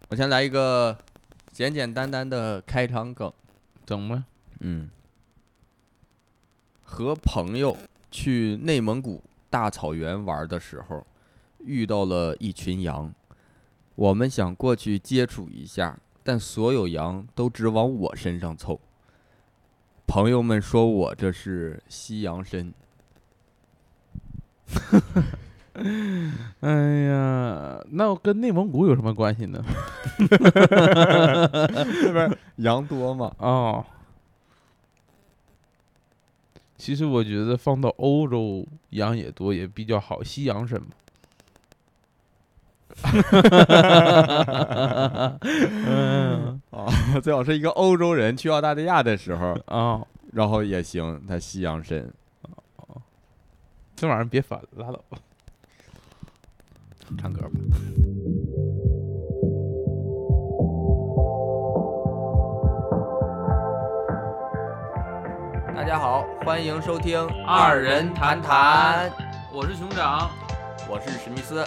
我先来一个简简单单的开场梗， 整吧。 和朋友去内蒙古大草原玩的时候，遇到了一群羊，我们想过去接触一下，但所有羊都只往我身上凑。朋友们说我这是西洋参。 哎呀，那跟内蒙古有什么关系呢？ 这边羊多吗？ 哦，其实我觉得放到欧洲羊也多，也比较好，西洋参嘛。 最好是一个欧洲人去澳大利亚的时候，然后也行，他西洋参。 这玩意儿别烦了，拉倒吧。 唱歌吧。大家好，欢迎收听二人谈谈， 我是熊掌， 我是史密斯。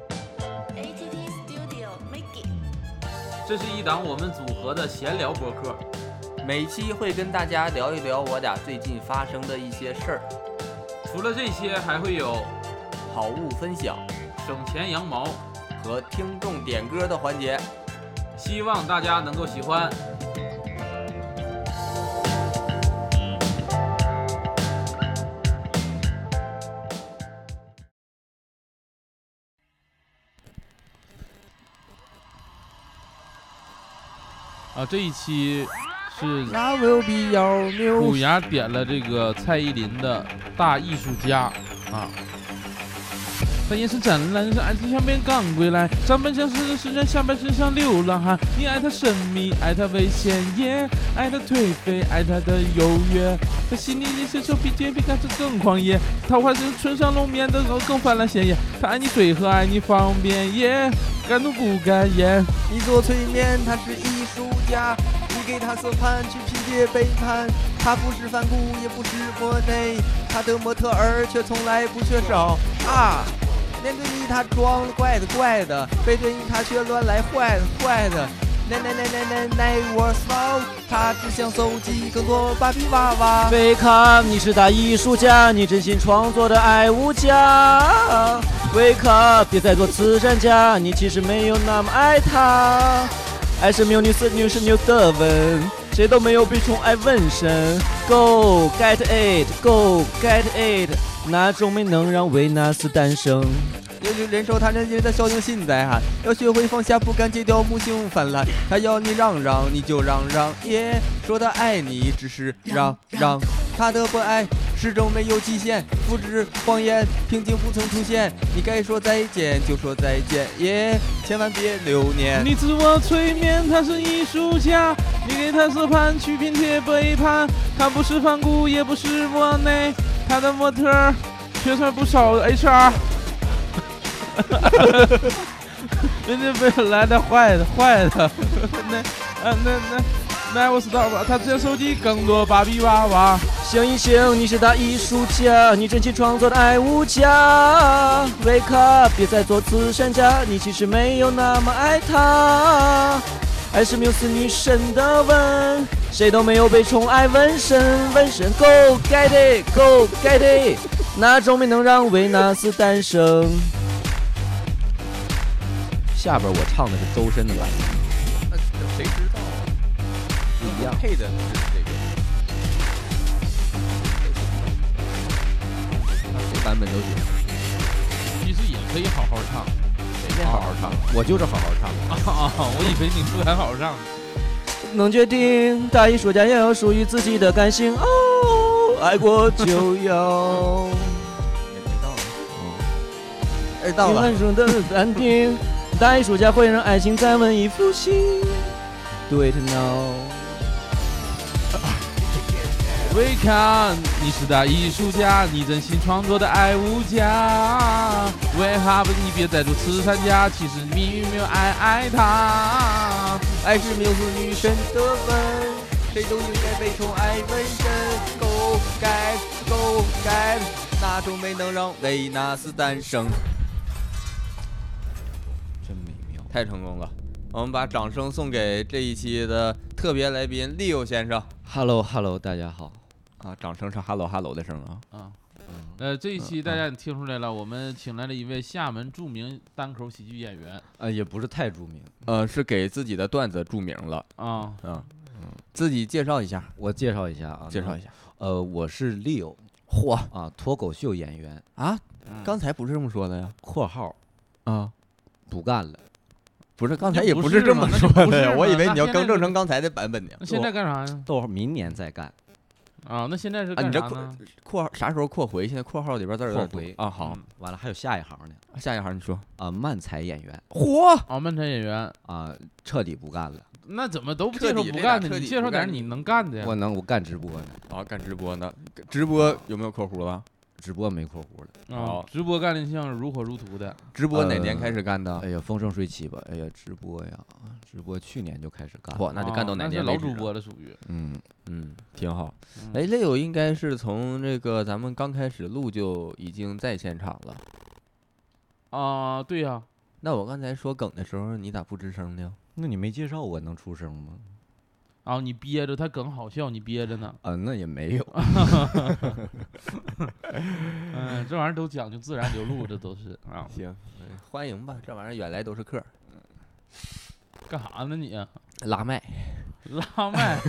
这是一档我们组合的闲聊播客， 每期会跟大家聊一聊我俩最近发生的一些事儿。 除了这些，还会有好物分享、 省钱羊毛和听众点歌的环节， 希望大家能够喜欢。 这一期是虎虎牙点了这个蔡依林的大艺术家啊。他眼神湛蓝，是爱情像边刚归来，上半身是诗人，下半身像流浪汉。你爱他神秘，爱他危险，也爱他颓废，爱他的优越。他心里你伸手比肩比看着更狂野，桃花是唇上露面的更泛滥鲜艳。他爱你随和，爱你方便，也敢怒不敢言。 你做催眠，他是艺术家，你给他色盘去拼接背叛。他不是梵谷，也不是莫内，他的模特儿却从来不缺少啊。面对你他装了怪的，背对你他却乱来坏的。奈我骚，他只想搜集更多芭比娃娃。 贝卡，你是大艺术家，你真心创作的爱无价。贝卡，别再做慈善家，你其实没有那么爱他。爱是没有女是牛的吻，谁都没有比宠爱纹身。Go get it, go get it， 哪种美能让维纳斯诞生？ 要去忍受他人间的小情心在喊，要学会放下，不敢戒掉母性泛滥。他要你让你就让，说他爱你只是让，他的不爱始终没有极限，复制谎言，平静不曾出现。你该说再见就说再见，千万别留念。 你自我催眠，他是艺术家，你给他色盘去拼贴背叛。他不是梵谷，也不是莫内，他的模特儿缺少不少的 HR。别来的坏的，那我知道吧？他只想收集更多芭比娃娃。 醒一醒，你是大艺术家，你真心创作的爱无价。Wake up， 别再做慈善家，你其实没有那么爱他。爱是缪斯女神的吻，谁都没有被宠爱纹身。Go get it, go get it， 哪种美能让维纳斯诞生？下边我唱的是周深的版本， 谁知道啊？ 不一样。 配的是这个，这版本都行。 其实也可以好好唱， 谁没好好唱？ 我就是好好唱。 我以为你不敢好好唱。 能决定大艺术家也有属于自己的感性哦，爱过就要。 到了。 很中的淡定。大艺术家会让爱情在文艺复兴。Do it now。 Wake up， 你是大艺术家，你真心创作的爱无价。Wake up， 你别再做慈善家，其实你没有爱他。 爱是缪斯女神的吻，谁都应该被宠爱纹身。Go get， 哪种美能让维纳斯诞生？太成功了， 我们把掌声送给这一期的特别来宾Leo 先生。 Hello，大家好。 啊，掌声是 hello 的声啊。 这一期大家也听出来了，我们请来了一位厦门著名单口喜剧演员。 也不是太著名。 是给自己的段子注名了啊。 自己介绍一下。 我介绍一下啊。 介绍一下。 我是 Leo。 嚯啊，脱口秀演员啊。刚才不是这么说的呀？ 括号啊， 不干了。 不是，刚才也不是这么说的呀。我以为你要更正成刚才的版本呢。 那现在干啥呀？ 逗号明年再干。 啊，那现在是干啥呢？ 你这括号啥时候括回？现在括号里边字儿括回啊。好， 完了还有下一行呢。 下一行你说啊，漫才演员。 嚯啊，漫才演员啊，彻底不干了。 那怎么都介绍不干的？你介绍点你能干的呀。 我干直播呢。 啊，干直播呢？直播有没有括弧了？ 直播没括弧了。 啊，直播干的像如火如荼的。 直播哪年开始干的？ 哎呀，风生水起吧。哎呀，直播呀，直播去年就开始干。 哇，那就干到哪年？ 老主播了，属于。 挺好。哎，Leo应该是从这个咱们刚开始录就已经在现场了。 啊，对呀。 那我刚才说梗的时候，你咋不吱声呢？ 那你没介绍我能出声吗？ 啊，你憋着，他梗好笑，你憋着呢。 那也没有。 这玩意儿都讲究自然流露，这都是啊。 行，欢迎吧，这玩意儿原来都是客。 干啥呢你？ 拉麦。 拉麦。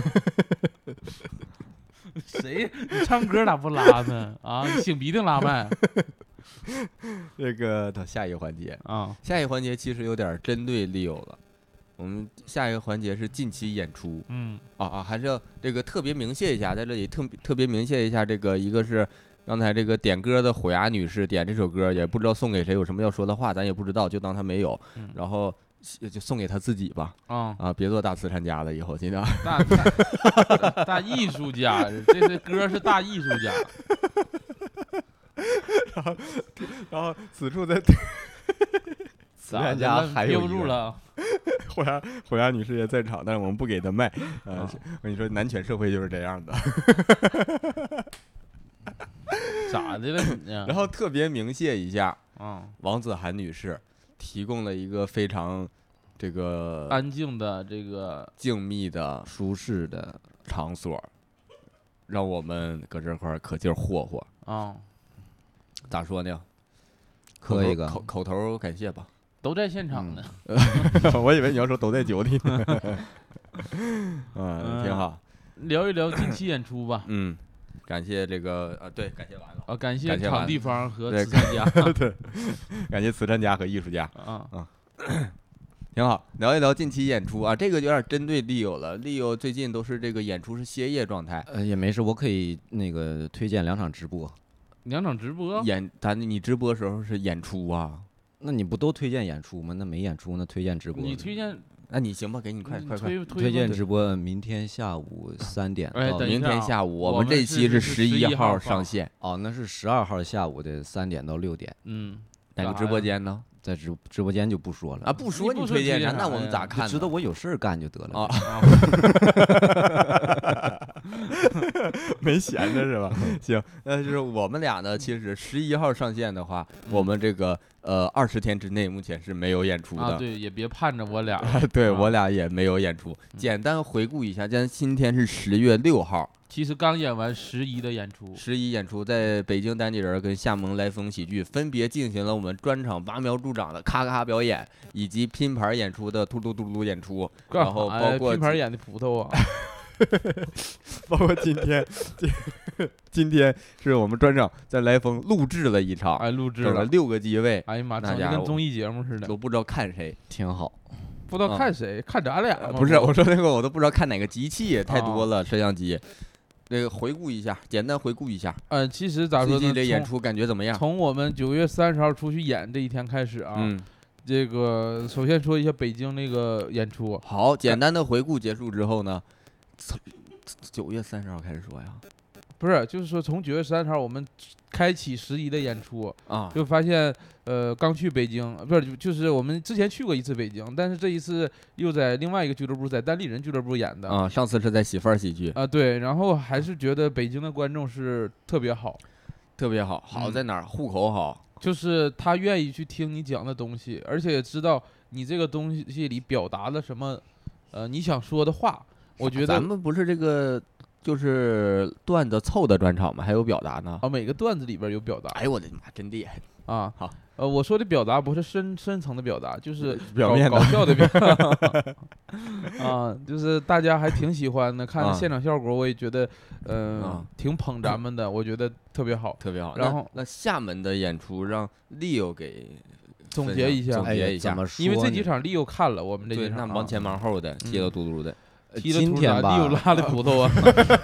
谁？你唱歌咋不拉呢？啊，你擤鼻涕拉麦。 这个到下一个环节啊，下一个环节其实有点针对 Leo 了。我们下一个环节是近期演出，还是要这个特别鸣谢一下，在这里特别鸣谢一下这个，一个是刚才这个点歌的虎牙女士点这首歌，也不知道送给谁，有什么要说的话，咱也不知道，就当她没有，然后就送给她自己吧，别做大慈善家了，以后尽量大艺术家，这歌是大艺术家， 然后此处在慈善家还有憋不住了。 虎牙女士也在场，但是我们不给她麦。我跟你说，男权社会就是这样的。 咋的了你？ 然后特别鸣谢一下，王子涵女士提供了一个非常这个安静的、这个静谧的、 舒适的场所，让我们搁这块可劲儿霍霍啊。 咋说呢？ 磕一个口头感谢吧。 都在现场呢。 我以为你要说都在酒里呢。挺好。 聊一聊近期演出吧。 感谢这个对，感谢完了。 感谢场地方和慈善家。 对，感谢慈善家和艺术家。挺好，聊一聊近期演出啊，这个有点针对 Leo 了。Leo 最近都是这个演出是歇业状态。 也没事，我可以那个推荐2场直播。 2场直播？ 你直播时候是演出啊？ 那你不都推荐演出吗？那没演出，那推荐直播。 你推荐？ 那你行吧，给你快推荐直播，明天下午3点到。 明天下午，我们这期是11号上线。 那是12号下午的3点到6点。 哪个直播间呢？ 在直播间就不说了啊，不说你推荐啥，那我们咋看？ 知道我有事干就得了啊。没闲着是吧？行，那就是我们俩呢，其实11号上线的话，我们这个20天之内目前是没有演出的。 对，也别盼着我俩。 对我俩也没有演出。简单回顾一下，今天是10月6号。 其实刚演完11的演出 ，11演出在北京单立人跟厦门来风喜剧分别进行了我们专场拔苗助长的咔咔表演，以及拼盘演出的突突突突演出，然后包括拼盘演的葡萄啊， 包括今天是我们专场在来风录制了一场， 录制了 6个机位， 哎呀妈，整的跟综艺节目似的， 都不知道看谁， 挺好。 不知道看谁，看咱俩吗？ 不是，我说那个我都不知道看哪个机器，太多了，摄像机。这个回顾一下，简单回顾一下。 其实咋说呢？ 最近这演出感觉怎么样？ 从我们9月30号出去演这一天开始啊，这个首先说一下北京那个演出。 好，简单的回顾结束之后呢，9月30号开始说呀？ 不是，就是说从9月30号我们开启11的演出啊， 就发现刚去北京，不是，就是我们之前去过一次北京，但是这一次又在另外一个俱乐部，在单立人俱乐部演的啊。上次是在媳妇儿喜剧啊，对，然后还是觉得北京的观众是特别好， 特别好，好在哪儿？户口好， 就是他愿意去听你讲的东西，而且也知道你这个东西里表达了什么，你想说的话，我觉得咱们不是这个就是段子凑的专场吗？还有表达呢。 每个段子里边有表达。 哎呦我的妈，真厉害！ 啊， 好， 我说的表达不是深层的表达，就是表面的搞笑的表达啊，就是大家还挺喜欢的，看现场效果我也觉得，挺捧咱们的，我觉得特别好， 特别好。 然后那厦门的演出让 Leo 给总结一下， 怎么说？ 因为这几场 Leo 看了，我们这几场那忙前忙后的，踢了嘟嘟的， 今天吧 ，Leo 拉的骨头啊。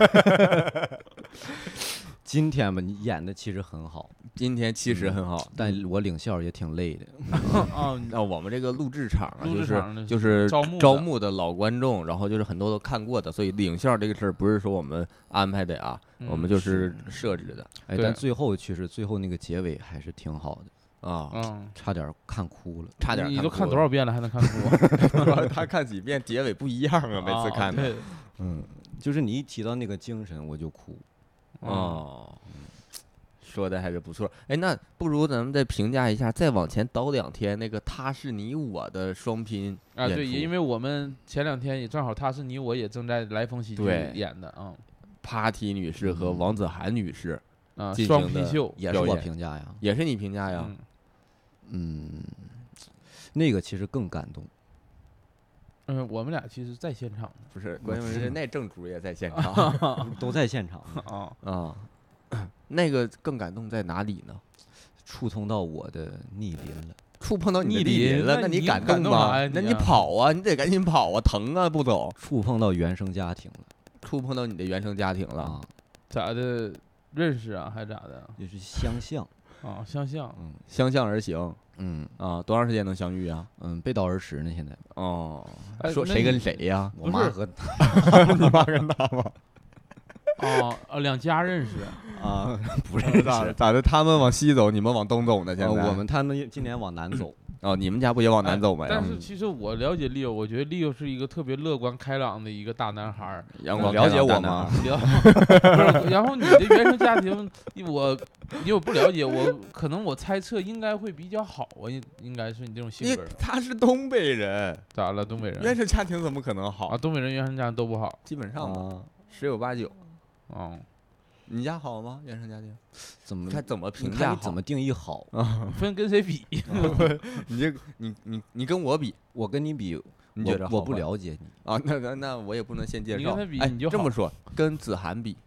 今天吧，你演的其实很好， 今天其实很好， 但我领笑也挺累的。 我们这个录制场啊， 就是招募的老观众，然后就是很多都看过的，所以领笑这个事儿不是说我们安排的啊，我们就是设置的。 但最后其实最后那个结尾还是挺好的啊，差点看哭了， 差点。 你都看多少遍了还能看哭？ 他看几遍结尾不一样啊，每次看的。 就是你一提到那个精神我就哭。 说的还是不错。哎，那不如咱们再评价一下，再往前倒2天那个他是你我的双拼啊，对，因为我们前2天也正好他是你我也正在来风喜剧演的啊。 Party 女士和王子涵女士双拼秀也是我评价呀， 也是你评价呀。 那个其实更感动。 我们俩其实在现场的， 不是，关键是那正主也在现场， 都在现场那个更感动在哪里呢？ 触碰到我的逆鳞了， 触碰到你的逆鳞了，那你感动吗？那你跑啊，你得赶紧跑啊，疼啊，不走。 触碰到原生家庭了， 触碰到你的原生家庭了， 咋的？认识啊，还是咋的？ 就是相像相像， 相向而行。多长时间能相遇啊？ 背道而驰呢，现在。 说谁跟谁呀？ 我妈和你妈跟他吗 ？2家认识啊？不认识。 咋的？他们往西走，你们往东走呢？现在他们今年往南走。 你们家不也往南走吗？ 但是其实我了解 Leo， 我觉得 Leo 是一个特别乐观开朗的一个大男孩。 阳光了解我吗？ 然后你的原生家庭，因为我不了解，可能我猜测应该会比较好啊，应该是你这种性格。 他是东北人， 咋了？东北人原生家庭怎么可能好啊？东北人原生家庭都不好， 基本上吧，10有8九。你家好吗？原生家庭怎么评价？ 怎么定义好分跟谁比？ 你跟我比， 我跟你比， 你觉得我不了解你啊？那我也不能先介绍。 你跟他比，你就这么说，跟子涵比，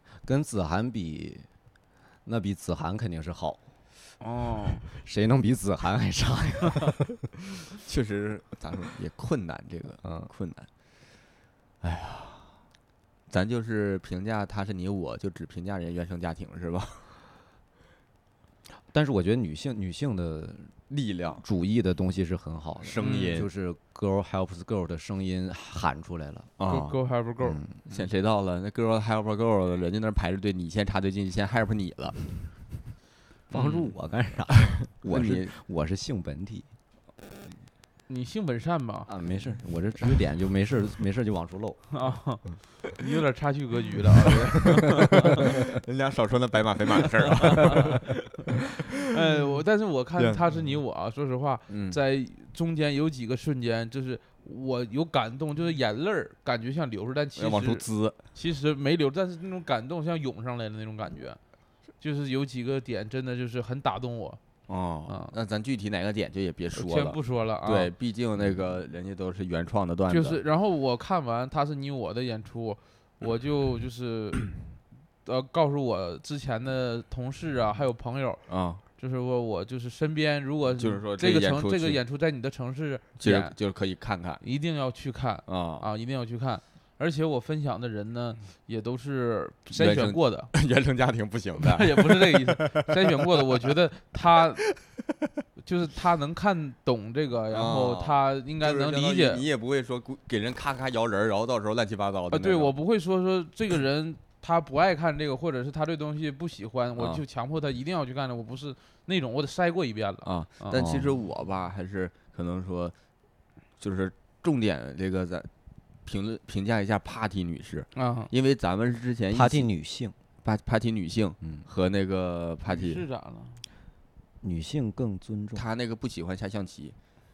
那比子涵肯定是好。谁能比子涵还差呀？ 确实，咋说也困难，这个困难。哎呀。咱就是评价他是你我，就只评价人原生家庭是吧？ 但是我觉得女性的力量、 主义的东西是很好的， 声音就是 girl helps girl 的声音喊出来了 ，girl help girl， 现谁到了？那 girl help girl 人家那排着队，你先插队进去，先 help 你了， 帮助我干啥？我是性本体。 你性本善吧？ 没事，我这指点就没事就往出漏你有点差距格局了啊！ 人俩少说那白马非马的事儿啊。 但是我看他是你我啊，说实话，在中间有几个瞬间，就是我有感动，就是眼泪儿感觉像流出，但其实往出滋， 其实没流，但是那种感动像涌上来的那种感觉，就是有几个点真的就是很打动我。 那咱具体哪个点就也别说了， 先不说了啊。 对，毕竟那个人家都是原创的段子。 就是，然后我看完他是你我的演出，我就是告诉我之前的同事啊，还有朋友就是说我就是身边如果就是说这个演出在你的城市就是可以看看， 一定要去看一定要去看。而且我分享的人呢，也都是筛选过的， 原生家庭不行的， 也不是这个意思，筛选过的。我觉得他能看懂这个，然后他应该能理解。 你也不会说给人咔咔摇人，然后到时候乱七八糟的。 对，我不会说这个人他不爱看这个，或者是他对东西不喜欢，我就强迫他一定要去看的。我不是那种，我得筛过一遍了但其实我吧，还是可能说，就是重点这个在。评价一下 Party 女士因为咱们之前 Party 女性 ，Party 女性和那个 Party 是咋了？ 女性更尊重。 她那个不喜欢下象棋，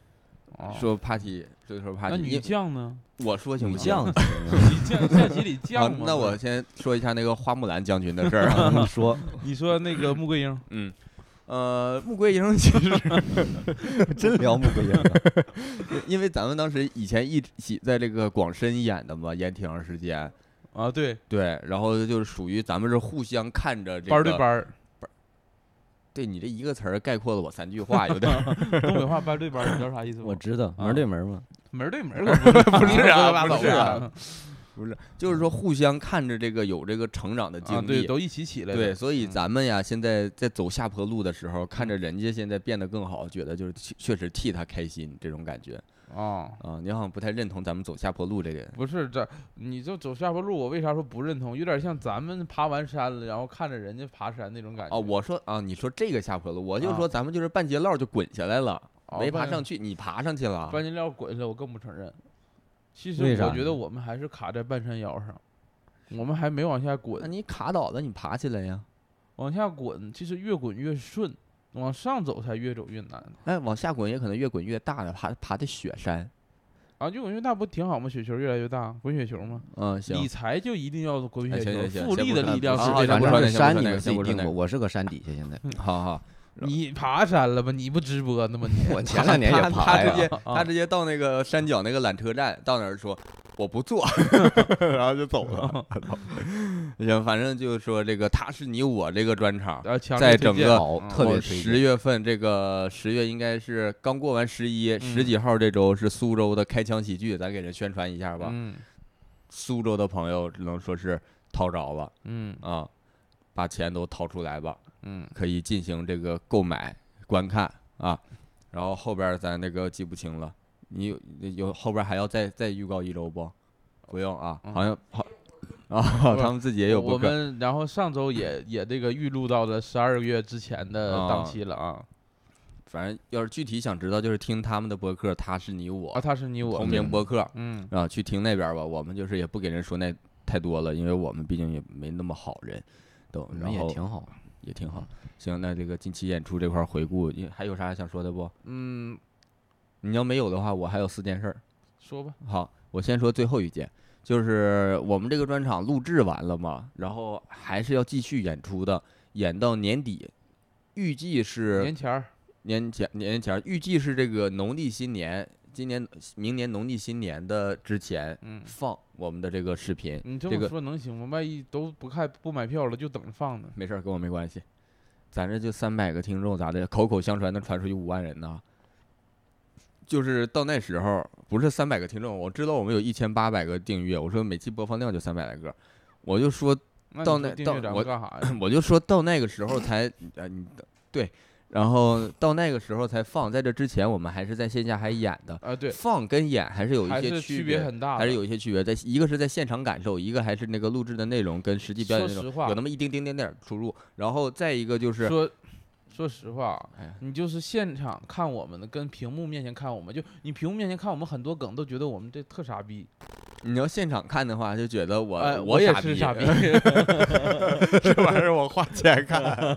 说爬梯，就说爬那梯。 女将呢？ 我说行女不行？ 将女将象棋里将嘛。 那我先说一下那个花木兰将军的事儿啊。 你说你说那个穆桂英， 穆桂英其实真聊穆桂英啊， 因为咱们当时以前一起在这个广深演的嘛，演挺长时间。 啊，对， 对，然后就是属于咱们是互相看着这个班对班儿， 对你这一个词儿概括了我3句话，有点东北话班对班儿，你知道啥意思吗？ 我知道门对门嘛。 门对门可不是啊， 不是啊，不是，就是说互相看着这个有这个成长的经历， 对，都一起起来的。 对，所以咱们呀，现在在走下坡路的时候，看着人家现在变得更好，觉得就是确实替他开心，这种感觉。你好像不太认同咱们走下坡路这个。 不是你就走下坡路，我为啥说不认同？有点像咱们爬完山了，然后看着人家爬山那种感觉。 我说你说这个下坡路，我就说咱们就是半截道就滚下来了，没爬上去，你爬上去了。 半截道滚下来，我更不承认。其实为啥我觉得我们还是卡在半山腰上，我们还没往下滚。 那你卡倒了，你爬起来呀？ 往下滚，其实越滚越顺，往上走才越走越难。 哎，往下滚也可能越滚越大的，爬的雪山。 越滚越大不挺好吗？雪球越来越大，滚雪球吗？ 行。 理财就一定要滚雪球， 行复利的力量是这样。 反正山你们自己定过，我是个山底下现在。 好。 你爬山了吗？你不直播呢吗？ 我前2年也爬呀。 他直接到那个山脚那个缆车站，到那儿说我不坐，然后就走了。行，反正就是说这个他是你我这个专场，在整个特别 10月份，这个10月应该是刚过完11，10几号这周是苏州的开腔喜剧，咱给人宣传一下吧。苏州的朋友只能说是掏着了，把钱都掏出来吧。可以进行这个购买观看啊，然后后边咱那个记不清了，你有后边还要再预告1周不？不用啊，好像好他们自己也有播客。 我们然后上周也这个预录到了12月之前的档期了啊。 反正要是具体想知道，就是听他们的播客，他是你我他是你我同名播客，去听那边吧。我们就是也不给人说那太多了，因为我们毕竟也没那么好人，然后也挺好。行，那这个近期演出这块回顾，还有啥想说的不？你要没有的话，我还有4件事儿。 说吧。 好，我先说最后一件，就是我们这个专场录制完了嘛，然后还是要继续演出的，演到年底，预计是年前，预计是这个农历新年。明年农历新年的之前，放我们的这个视频。 你这么说能行吗？万一都不买票了，就等着放呢。 没事，跟我没关系。咱这就300个听众，咋的？口口相传能传出去5万人呢？就是到那时候，不是300个听众，我知道我们有1800个订阅。我说每期播放量就300来个，我就说到我干啥呀？ 我就说到那个时候才对。然后到那个时候才放，在这之前我们还是在线下还演的对， 放跟演还是有一些区别很大， 还是有一些区别。一个是在现场感受，一个还是那个录制的内容跟实际表演内容有那么一丁点出入。然后再一个就是说实话，你就是现场看我们的，跟屏幕面前看我们，就你屏幕面前看我们很多梗都觉得我们这特傻逼。 你要现场看的话，就觉得我也是傻逼， 这玩意儿我花钱看。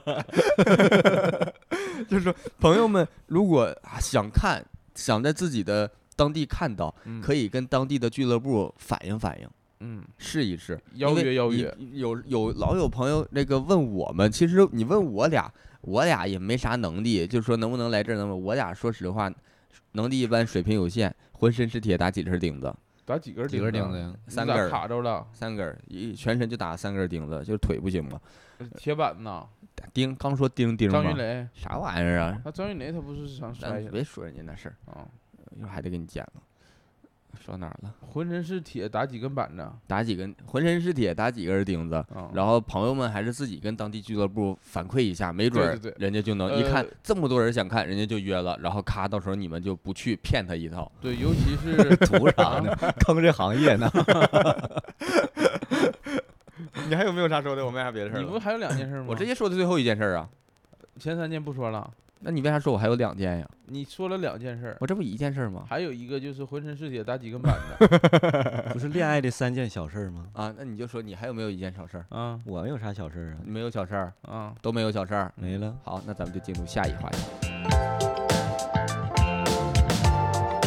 就是说，朋友们如果想在自己的当地看到，可以跟当地的俱乐部反映，试一试， 邀约。 老有朋友那个问我们，其实你问我俩也没啥能力，就是说能不能来这儿？我俩说实话，能力一般，水平有限，浑身是铁，打几根钉子。 打几根钉子呀 ？3根卡着了 ，3根，全身就打3根钉子，就是腿不行嘛。 铁板呐， 刚说钉嘛。 张云雷啥玩意儿啊？ 张云雷他不是想摔下来？ 别说人家那事儿啊，一会儿还得给你剪了。说哪儿了？ 浑身是铁，打几根板子？ 浑身是铁，打几根钉子。然后朋友们还是自己跟当地俱乐部反馈一下，没准人家就能一看这么多人想看，人家就约了，然后咔，到时候你们就不去骗他一套。 对，尤其是图啥呢？坑这行业呢？ 你还有没有啥说的？我没啥别的事儿。 你不还有2件事吗？ 我直接说的最后1件事啊。 前3件不说了。 那你为啥说我还有2件呀？ 你说了2件事， 我这不1件事吗？ 还有一个就是浑身是铁，打几根板子， 不是恋爱的3件小事吗？ 那你就说你还有没有1件小事？ 我没有啥小事啊。 你没有小事都没有小事没了。 好，那咱们就进入下一话题。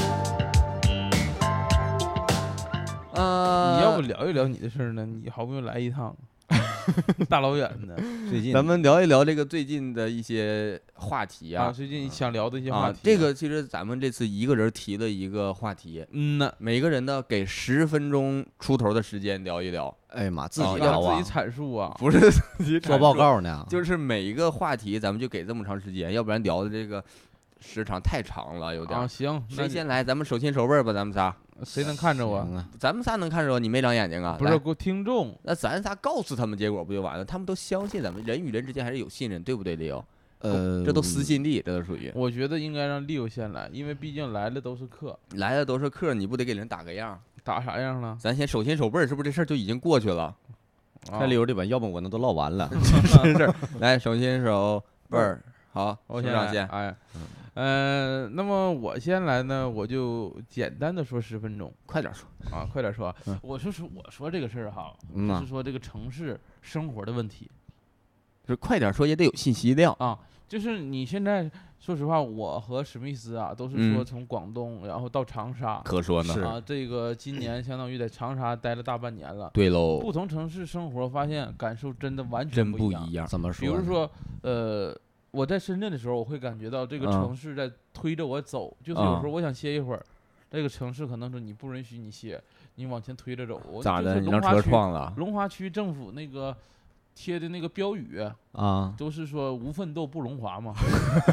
你要不聊一聊你的事儿呢？你好不容易来一趟，大老远的。 最近咱们聊一聊这个最近的一些话题啊， 最近想聊的一些话题。 这个其实咱们这次一个人提了一个话题，每个人呢给10分钟出头的时间聊一聊。 哎呀妈，自己要聊啊， 自己阐述啊， 不是自己做报告呢， 就是每一个话题咱们就给这么长时间，要不然聊的这个时长太长了，有点。 行， 谁先来？咱们手心手背吧，咱们仨。 谁能看着我？ 咱们仨能看着我，你没长眼睛啊？ 不是，给听众。 那咱仨告诉他们结果不就完了？他们都相信咱们，人与人之间还是有信任，对不对，Leo？这都私信力，这都属于。 我觉得应该让 Leo 先来，因为毕竟来的都是客， 你不得给人打个样？ 打啥样了？ 咱先手心手背，是不是这事儿就已经过去了？ 太 Leo 这本，要不我那都唠完了。 真是，来手心手背，好， 我先来。 哎。那么我先来呢，我就简单的说10分钟， 快点说啊，快点说。我说这个事儿哈，就是说这个城市生活的问题， 就是快点说也得有信息量啊。就是你现在说实话，我和史密斯啊，都是说从广东然后到长沙， 可说呢啊。这个今年相当于在长沙待了大半年了。 对喽， 不同城市生活，发现感受真的完全真不一样。 怎么说？ 比如说我在深圳的时候，我会感觉到这个城市在推着我走，就是有时候我想歇一会儿，这个城市可能说你不允许你歇，你往前推着走。 咋的？你让车撞了？ 龙华区政府那个贴的那个标语啊， 都是说无奋斗不荣华嘛。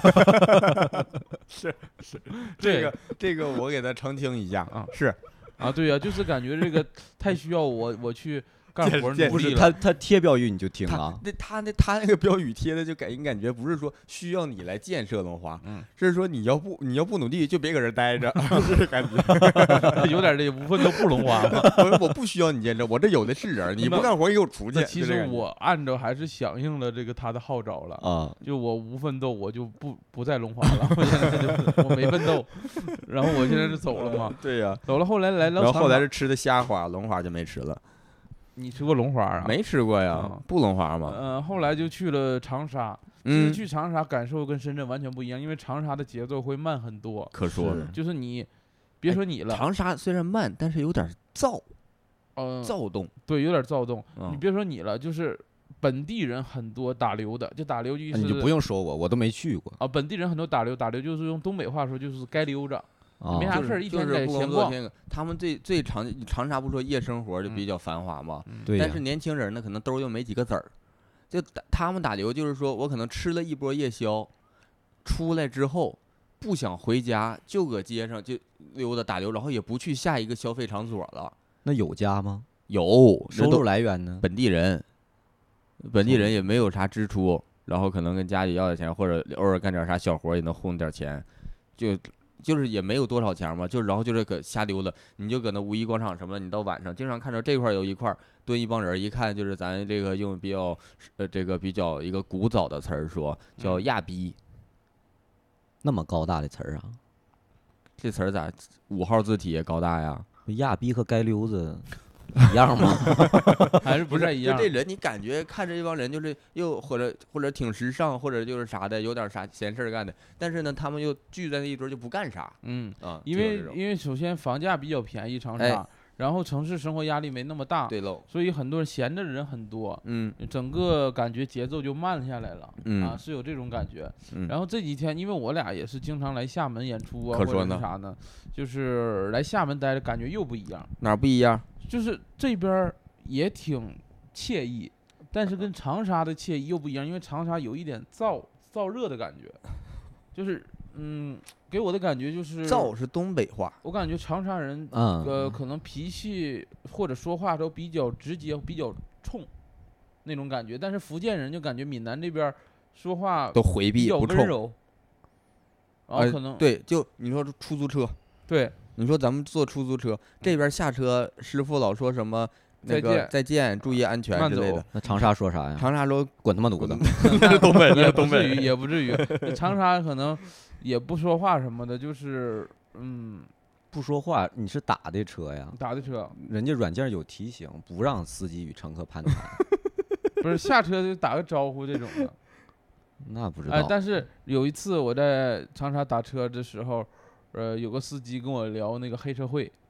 是，这个我给他澄清一下啊， 是啊，对呀，就是感觉这个太需要我去干活不是他贴标语你就听啊？ 他那个标语贴的就给人感觉不是说需要你来建设龙华，是说你要不努力就别搁这待着，这感觉有点这无奋斗不荣华嘛。 我不需要你建设，我这有的是人，你不干活你给我出去。 其实我按照还是响应了这个他的号召了啊，就我无奋斗，我就不在龙华了，我现在就我没奋斗，然后我现在是走了嘛。 对呀， 走了，后来来了， 然后后来是吃的虾滑，龙华就没吃了。 你吃过龙华啊？ 没吃过呀，不龙华吗？ 后来就去了长沙。去长沙感受跟深圳完全不一样，因为长沙的节奏会慢很多。 可说呢， 就是你，别说你了， 长沙虽然慢，但是有点躁动。 对，有点躁动。你别说你了，就是本地人很多打流的，就打流意思。 你就不用说我都没去过啊。本地人很多打流就是用东北话说就是该溜着。没啥事儿，一天在闲逛。 他们最长沙不说夜生活就比较繁华嘛， 对。 但是年轻人呢，可能兜又没几个子儿，就他们打流就是说我可能吃了一波夜宵，出来之后不想回家，就搁街上就溜达打流，然后也不去下一个消费场所了。 那有家吗？ 有， 收入来源呢？ 本地人也没有啥支出，然后可能跟家里要点钱，或者偶尔干点啥小活也能混点钱，就是也没有多少钱嘛，然后就是搁瞎溜达，你就搁那五一广场什么的，你到晚上经常看着这块有一块蹲一帮人，一看就是咱这个用比较一个古早的词儿说叫亚逼， 那么高大的词儿啊？ 这词儿咋5号字体也高大呀？ 亚逼和街溜子一样吗？ 还是不太一样？ 就这人，你感觉看着这帮人就是又或者挺时尚，或者就是啥的，有点啥闲事儿干的。但是呢，他们又聚在那一堆就不干啥。 因为首先房价比较便宜，长沙，然后城市生活压力没那么大， 对喽。 所以很多人闲的人很多，整个感觉节奏就慢下来了，是有这种感觉。然后这几天，因为我俩也是经常来厦门演出啊，或者是啥呢，就是来厦门待着感觉又不一样。 哪不一样？ 就是这边也挺惬意，但是跟长沙的惬意又不一样，因为长沙有一点燥热的感觉，就是给我的感觉就是燥是东北话， 我感觉长沙人可能脾气或者说话都比较直接，比较冲那种感觉，但是福建人就感觉闽南这边说话都回避不冲， 然后可能对，就你说出租车， 对。 你说咱们坐出租车，这边下车，师傅老说什么那个再见，注意安全之类的。 那长沙说啥呀？ 长沙说滚他妈犊子。 那是东北， 也不至于。长沙可能也不说话什么的，就是不说话。你是打的车呀？ 打的车， 人家软件有提醒，不让司机与乘客攀谈。 不是下车就打个招呼这种的。 那不知道。 但是有一次我在长沙打车的时候。有个司机跟我聊那个黑社会，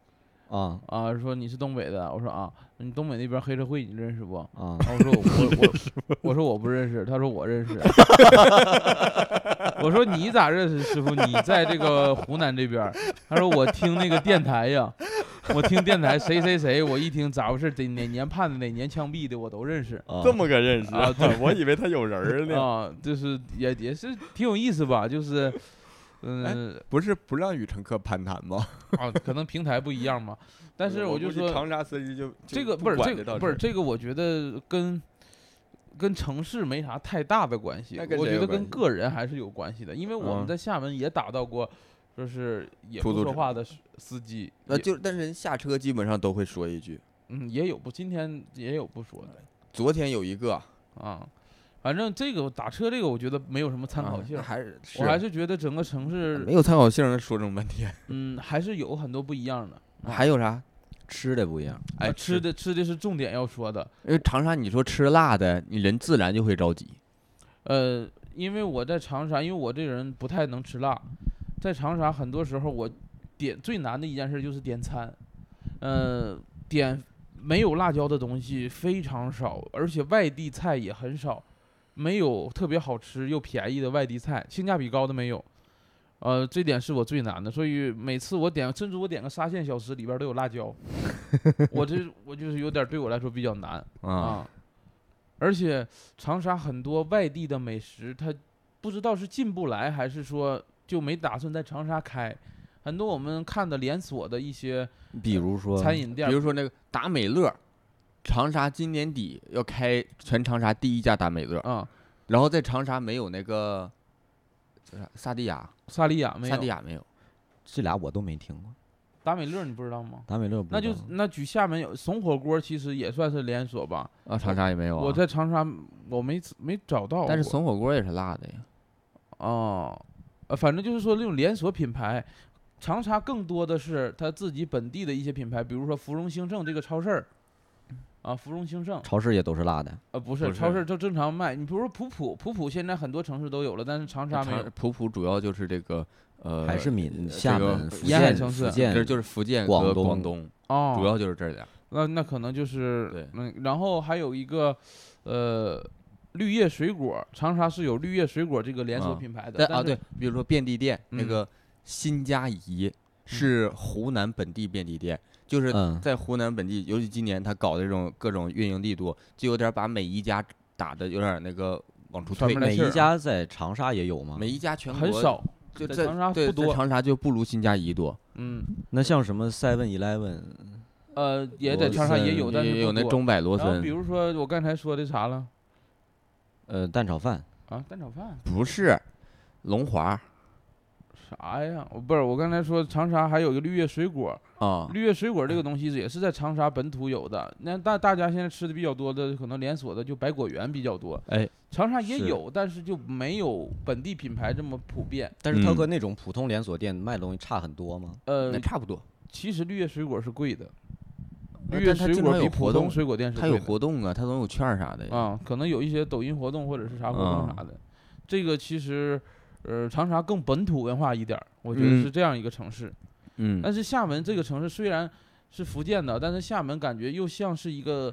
说你是东北的，我说啊，你东北那边黑社会你认识不？ 啊， 我说我说我不认识，他说我认识。我说你咋认识师傅？你在这个湖南这边？他说我听那个电台呀，我听电台谁谁谁，我一听咋回事？哪年判的，哪年枪毙的，我都认识。 这么个认识啊？对， 我以为他有人呢。 啊，就是也是挺有意思吧？就是， 不是不让与乘客攀谈吗？ 啊，可能平台不一样嘛。但是我就说， 长沙司机就这个不是这个，我觉得跟城市没啥太大的关系，我觉得跟个人还是有关系的。因为我们在厦门也打到过，就是也不说话的司机， 但是人下车基本上都会说一句， 也有今天也有不说的， 昨天有一个啊。反正这个打车这个，我觉得没有什么参考性，我还是觉得整个城市没有参考性，说这么半天， 还是有很多不一样的。 还有啥？ 吃的不一样， 吃的是重点要说的。 因为长沙，你说吃辣的，你人自然就会着急。 因为我在长沙，因为我这人不太能吃辣，在长沙很多时候我最难的一件事就是点餐，点没有辣椒的东西非常少，而且外地菜也很少。没有特别好吃又便宜的外地菜，性价比高的没有，这点是我最难的。所以每次甚至我点个沙县小吃里边都有辣椒，我就是有点对我来说比较难啊。而且长沙很多外地的美食，它不知道是进不来还是说就没打算在长沙开。很多我们看的连锁的一些， 比如说餐饮店， 比如说那个达美乐。长沙今年底要开全长沙第一家达美乐，然后在长沙没有那个叫啥萨莉亚没有， 这俩我都没听过。 达美乐你不知道吗？ 达美乐不知道。 那举厦门有怂火锅，其实也算是连锁吧？ 长沙也没有。 我在长沙我没找到。 但是怂火锅也是辣的呀。反正就是说那种连锁品牌，长沙更多的是他自己本地的一些品牌，比如说芙蓉兴盛这个超市。芙蓉兴盛超市也都是辣的。 不是，超市就正常卖。你比如说普普现在很多城市都有了，但是长沙没有。 普主要就是这个还是厦门、 沿海城市， 福建， 这就是福建和广东主要就是这俩。 那可能就是对。 然后还有一个绿叶水果，长沙是有绿叶水果这个连锁品牌的。 对，比如说便利店那个新佳怡是湖南本地便利店。就是在湖南本地，尤其今年他搞的这种各种运营力度，就有点把每一家打的有点那个往出推。 每一家在长沙也有吗？ 每一家全国很少， 就在长沙不多。 在长沙就不如新佳怡多。 那像什么 7-Eleven， 也在长沙也有，但是有那中百罗森。 比如说我刚才说的啥了？ 蛋炒饭蛋炒饭不是，龙华。 啥呀？不是，我刚才说长沙还有一个绿叶水果绿叶水果这个东西也是在长沙本土有的。那大家现在吃的比较多的，可能连锁的就百果园比较多。长沙也有，但是就没有本地品牌这么普遍。 但是它和那种普通连锁店卖的东西差很多吗？ 那差不多。 其实绿叶水果是贵的，绿叶水果比普通水果店是贵的。 它有活动啊，它总有券啥的可能有一些抖音活动或者是啥活动啥的。这个其实。长沙更本土文化一点，我觉得是这样一个城市。但是厦门这个城市虽然是福建的，但是厦门感觉又像是一个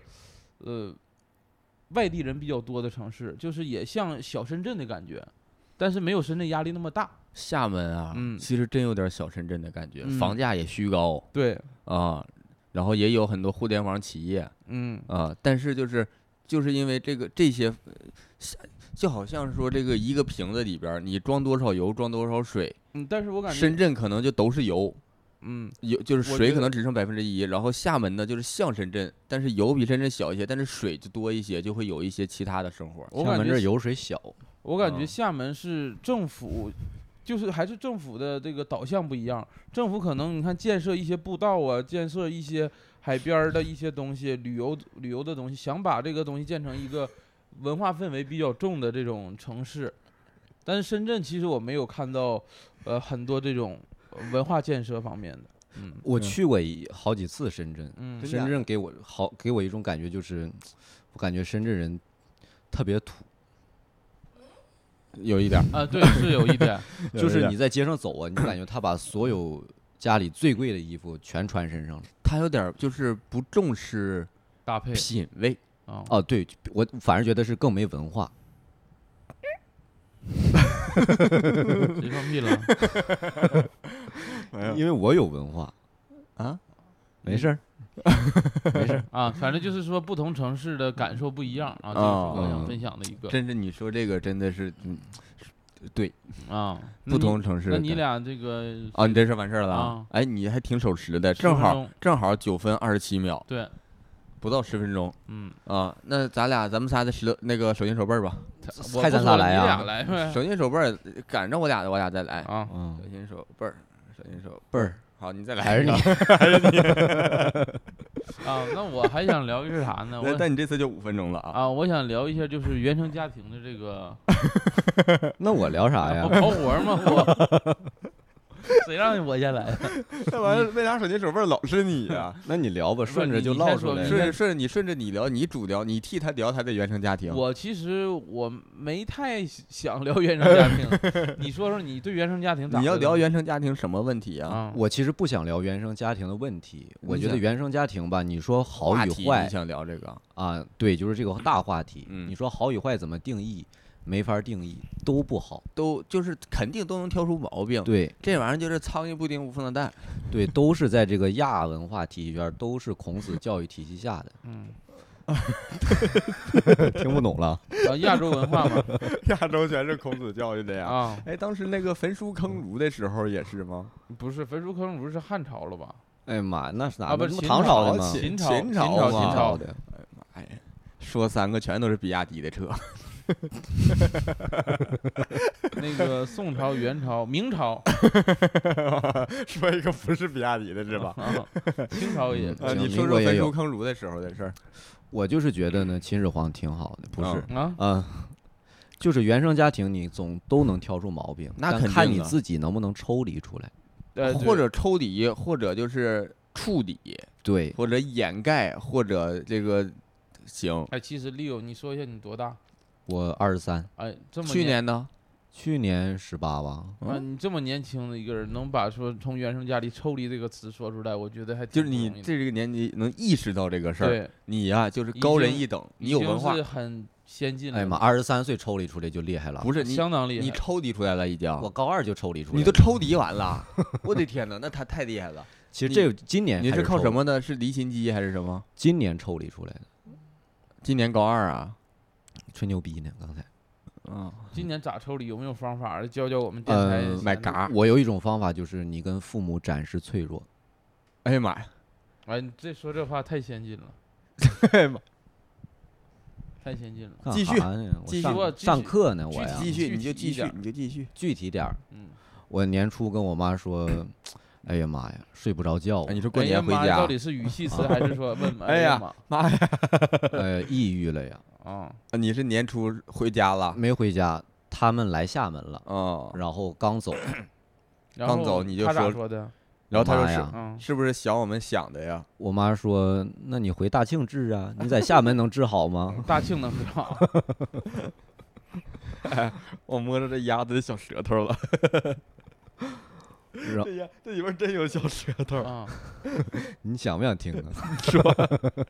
外地人比较多的城市，就是也像小深圳的感觉，但是没有深圳压力那么大。 厦门其实真有点小深圳的感觉，房价也虚高。 对然后也有很多互联网企业。但是就是因为这些。就好像说这个一个瓶子里边你装多少油装多少水， 但是我感觉深圳可能就都是油，油就是水可能只剩1%，然后厦门呢就是像深圳，但是油比深圳小一些，但是水就多一些，就会有一些其他的生活。 厦门这油水小， 我感觉厦门是政府，就是还是政府的这个导向不一样，政府可能你看建设一些步道啊，建设一些海边的一些东西，旅游的东西，想把这个东西建成一个。文化氛围比较重的这种城市，但是深圳其实我没有看到，很多这种文化建设方面的。 我去过好几次深圳，深圳给我一种感觉，就是我感觉深圳人特别土， 有一点对，是有一点， 就是你在街上走啊，你就感觉他把所有家里最贵的衣服全穿身上了。 他有点就是不重视搭配品味。 啊， 哦，对我反而觉得是更没文化。 谁放屁了？ 因为我有文化啊， 没事儿，没事儿。 啊，反正就是说不同城市的感受不一样啊，这个是我想分享的一个真是你说这个真的是，对啊， 不同城市的感。 那你俩这个啊，你这事完事儿了啊？ 哎，你还挺守时的， 10 正好分 9分27秒， 对， 不到10分钟。 嗯， 啊，那咱们仨的那个手心手背儿吧， 还咱仨来你啊俩来呗手心手背儿赶着我俩的，我俩再来。 啊， 嗯， 手心手背儿，手心手倍儿好，你再来。 还是你啊，那我还想聊一个啥呢？ 但你这次就5分钟了啊。 啊，我想聊一下就是原生家庭的这个那我聊啥呀？ 跑活嘛，我谁让我先来？ 那玩意儿为啥手心手背儿老是你呀？ 那你聊吧，顺着就你先说唠出来。 顺着你聊，你主聊，你替他聊他的原生家庭。 我其实没太想聊原生家庭，你说说你对原生家庭咋？ 你要聊原生家庭什么问题啊？ 啊， 我其实不想聊原生家庭的问题，我觉得想原生家庭吧，你说好话题与坏你想聊这个？ 啊，对，就是这个大话题。 嗯你说好与坏怎么定义？没法定义，都不好。 都就是肯定都能挑出毛病。 对这玩意儿就是苍蝇不叮无缝的蛋。 对，都是在这个亚文化体系圈，都是孔子教育体系下的。 嗯， 听不懂了。 啊，亚洲文化嘛， 亚洲全是孔子教育的呀。 啊， 哎，当时那个焚书坑儒的时候也是吗？ 不是焚书坑儒是汉朝了吧？ 哎呀妈，那是哪？ 啊，不是那唐朝的吗？ 秦朝， 秦朝朝， 嘛秦朝的。 哎呀，说3个全都是比亚迪的车。 那个宋朝、元朝、明朝， 说一个不是比亚迪的是吧？ 啊，清朝也啊，你行说说焚民国也有书坑儒的时候的事儿。 我就是觉得呢，秦始皇挺好的，不是？ 啊， 就是原生家庭，你总都能挑出毛病，但那肯定的看你自己能不能抽离出来。 对或者抽离，或者就是处理， 对， 或者掩盖，或者这个行。 哎，其实 Leo，你说一下你多大？ 我23， 哎，这么去年呢？ 去年18吧。 啊，你这么年轻的一个人，能把说从原生家庭抽离这个词说出来，我觉得还就是挺不容易的你这个年纪能意识到这个事儿， 对， 你呀就是高人一等，你有文化已经是。很先进了。 哎呀妈，23岁抽离出来就厉害了。 不是你， 相当厉害。 你抽离出来了已经。 我高2就抽离出来了。 你都抽离完了，我的天哪，那他太厉害了。 其实这今年你是靠开始抽什么呢？是离心机还是什么？ 今年抽离出来的， 今年高2啊？ 吹牛逼呢，刚才。 今年咋抽离？有没有方法？教教我们电台买嘎。 我有一种方法，就是你跟父母展示脆弱。 哎呀妈呀！ 哎，你这说这话太先进了， 哎呀妈！ 太先进了。 继续干啥呢我继续上课呢，我呀。 继续， 具你就继续， 体一点你就继续。 具体点儿， 嗯， 我年初跟我妈说，哎呀妈呀，睡不着觉啊， 哎，你说过哎呀妈呀， 年回家到，底是语气词还是说问？ 哎呀妈妈呀！ 抑郁了呀， 啊， 你是年初回家了？ 没回家，他们来厦门了， 哦， 然后刚走， 然后刚走你就他咋说说的？ 然后他说妈呀是嗯， 是不是想我们想的呀？ 我妈说，那你回大庆治啊，你在厦门能治好吗？ 大庆能知道？ 我摸着这鸭子的小舌头了， 然后这里边真有小舌头。 啊， 你想不想听啊？ 说，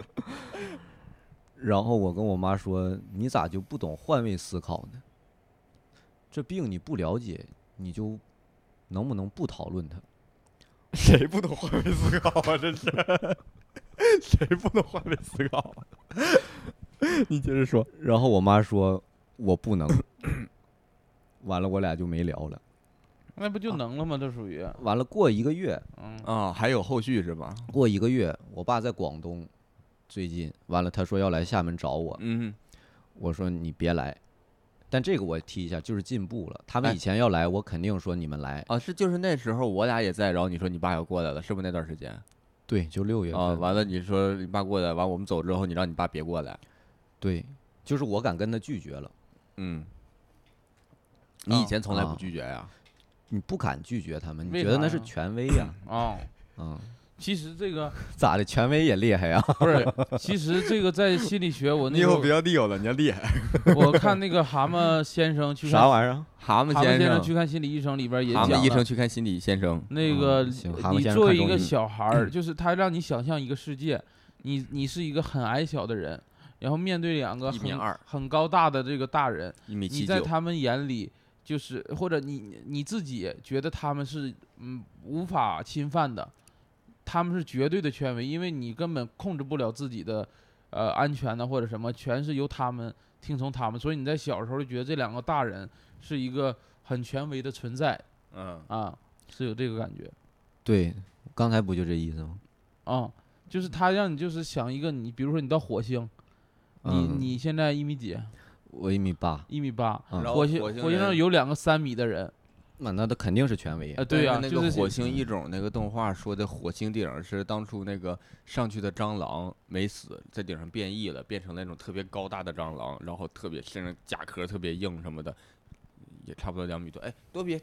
然后我跟我妈说，你咋就不懂换位思考呢？这病你不了解，你就能不能不讨论它？ 谁不懂换位思考啊？这是谁不能换位思考啊？你接着说。 然后我妈说，我不能。完了，我俩就没聊了。 那不就能了吗？这属于， 完了，过1个月， 嗯啊，还有后续是吧？ 过1个月，我爸在广东，最近完了，他说要来厦门找我， 嗯， 我说你别来。但这个我提一下，就是进步了。他们以前要来，我肯定说你们来。 啊，就是那时候我俩也在，然后你说你爸要过来了，是不是那段时间？ 对，就6月份。 啊，完了你说你爸过来，完我们走之后，你让你爸别过来。 对，就是我敢跟他拒绝了。 嗯，你以前从来不拒绝呀？ 你不敢拒绝他们，你为觉得那是啥呀权威呀？ 哦， 嗯， 其实这个咋的？权威也厉害呀？ 不是，其实这个在心理学，我那个你以后不要 Leo 了，你要厉害。 我看那个蛤蟆先生去看啥玩意儿？ 蛤蟆蛤蟆先生生去看心理医生里边也蛤蟆医讲了生去看心理先生。 那个行蛤蟆你先生作为一个看中医小孩儿，就是他让你想象一个世界，你是一个很矮小的人，然后面对两个 1.2米很高大的这个大人， 1.79米。 你在他们眼里就是或者你自己觉得他们是无法侵犯的，他们是绝对的权威，因为你根本控制不了自己的安全呢或者什么，全是由他们听从他们，所以你在小时候就觉得这两个大人是一个很权威的存在是有这个感觉对，刚才不就这意思吗？ 就是他让你就是想一个你，比如说你到火星，你现在1米几？ 我1.8米。 1.8米。 嗯火星上有2个3米的人， 那他肯定是权威。 对呀， 那个火星异种那个动画说的火星顶是当初那个上去的蟑螂没死，在顶上变异了，变成那种特别高大的蟑螂，然后特别身上甲壳特别硬什么的，也差不多2米多。哎，多比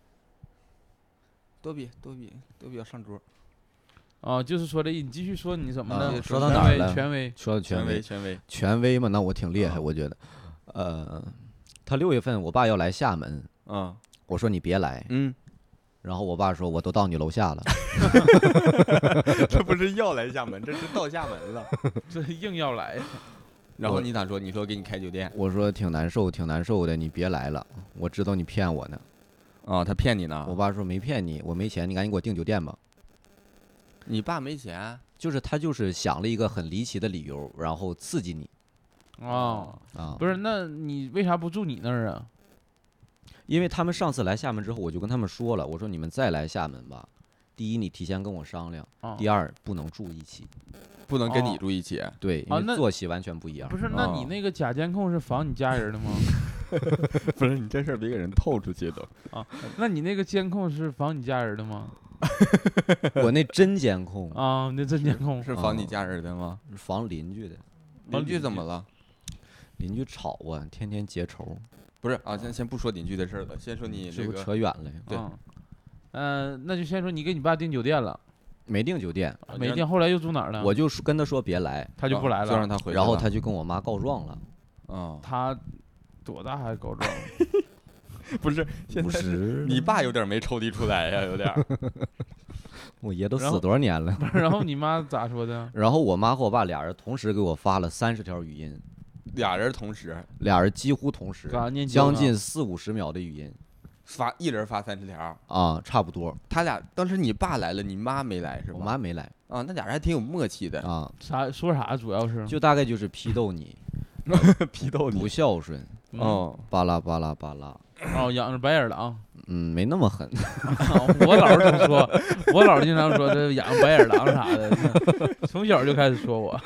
要上桌。 就是说你继续说你怎么的？ 说到哪儿了？ 权威， 说到权威嘛，那我挺厉害，我觉得。他6月份我爸要来厦门，我说你别来，然后我爸说我都到你楼下了。 这不是要来厦门，这是到厦门了， 这硬要来。 然后你咋说？你说给你开酒店？ 我说挺难受的，你别来了，我知道你骗我呢。 他骗你呢？ 我爸说没骗你，我没钱，你赶紧给我订酒店吧。 你爸没钱？ 就是他就是想了一个很离奇的理由，然后刺激你。 不是，那你为啥不住你那儿啊？ 因为他们上次来厦门之后，我就跟他们说了，我说你们再来厦门吧，第一你提前跟我商量，第二不能住一起， 不能跟你住一起。 对，因为作息完全不一样。 不是，那你那个假监控是防你家人的吗？ 不是，你这事儿别给人透出去都。 那你那个监控是防你家人的吗？ 我那真监控那真监控是防你家人的吗？ 是防邻居的。 邻居怎么了？ 邻居吵啊，天天结仇。 不是先不说邻居的事了，先说你这个扯远了。 对， 那就先说你给你爸订酒店了。 没订酒店， 没订，后来又住哪儿了？ 我就跟他说别来， 他就不来了， 就让他回来。 然后他就跟我妈告状了。 他多大还告状？ 不是，现在是你爸有点没抽离出来呀，有点。 我爷都死多少年了？ 然后你妈咋说的？ 然后我妈和我爸俩人同时给我发了30条语音， 俩人几乎同时，将近40-50秒的语音， 一人发30条差不多。 他俩当时你爸来了，你妈没来是吧？ 我妈没来那俩人还挺有默契的啥说啥？主要是就大概就是批斗你， 批斗你不孝顺，巴拉巴拉巴拉。 养着白眼狼。 没那么狠。 我姥儿总说，我姥儿经常说这养白眼狼啥的，从小就开始说我。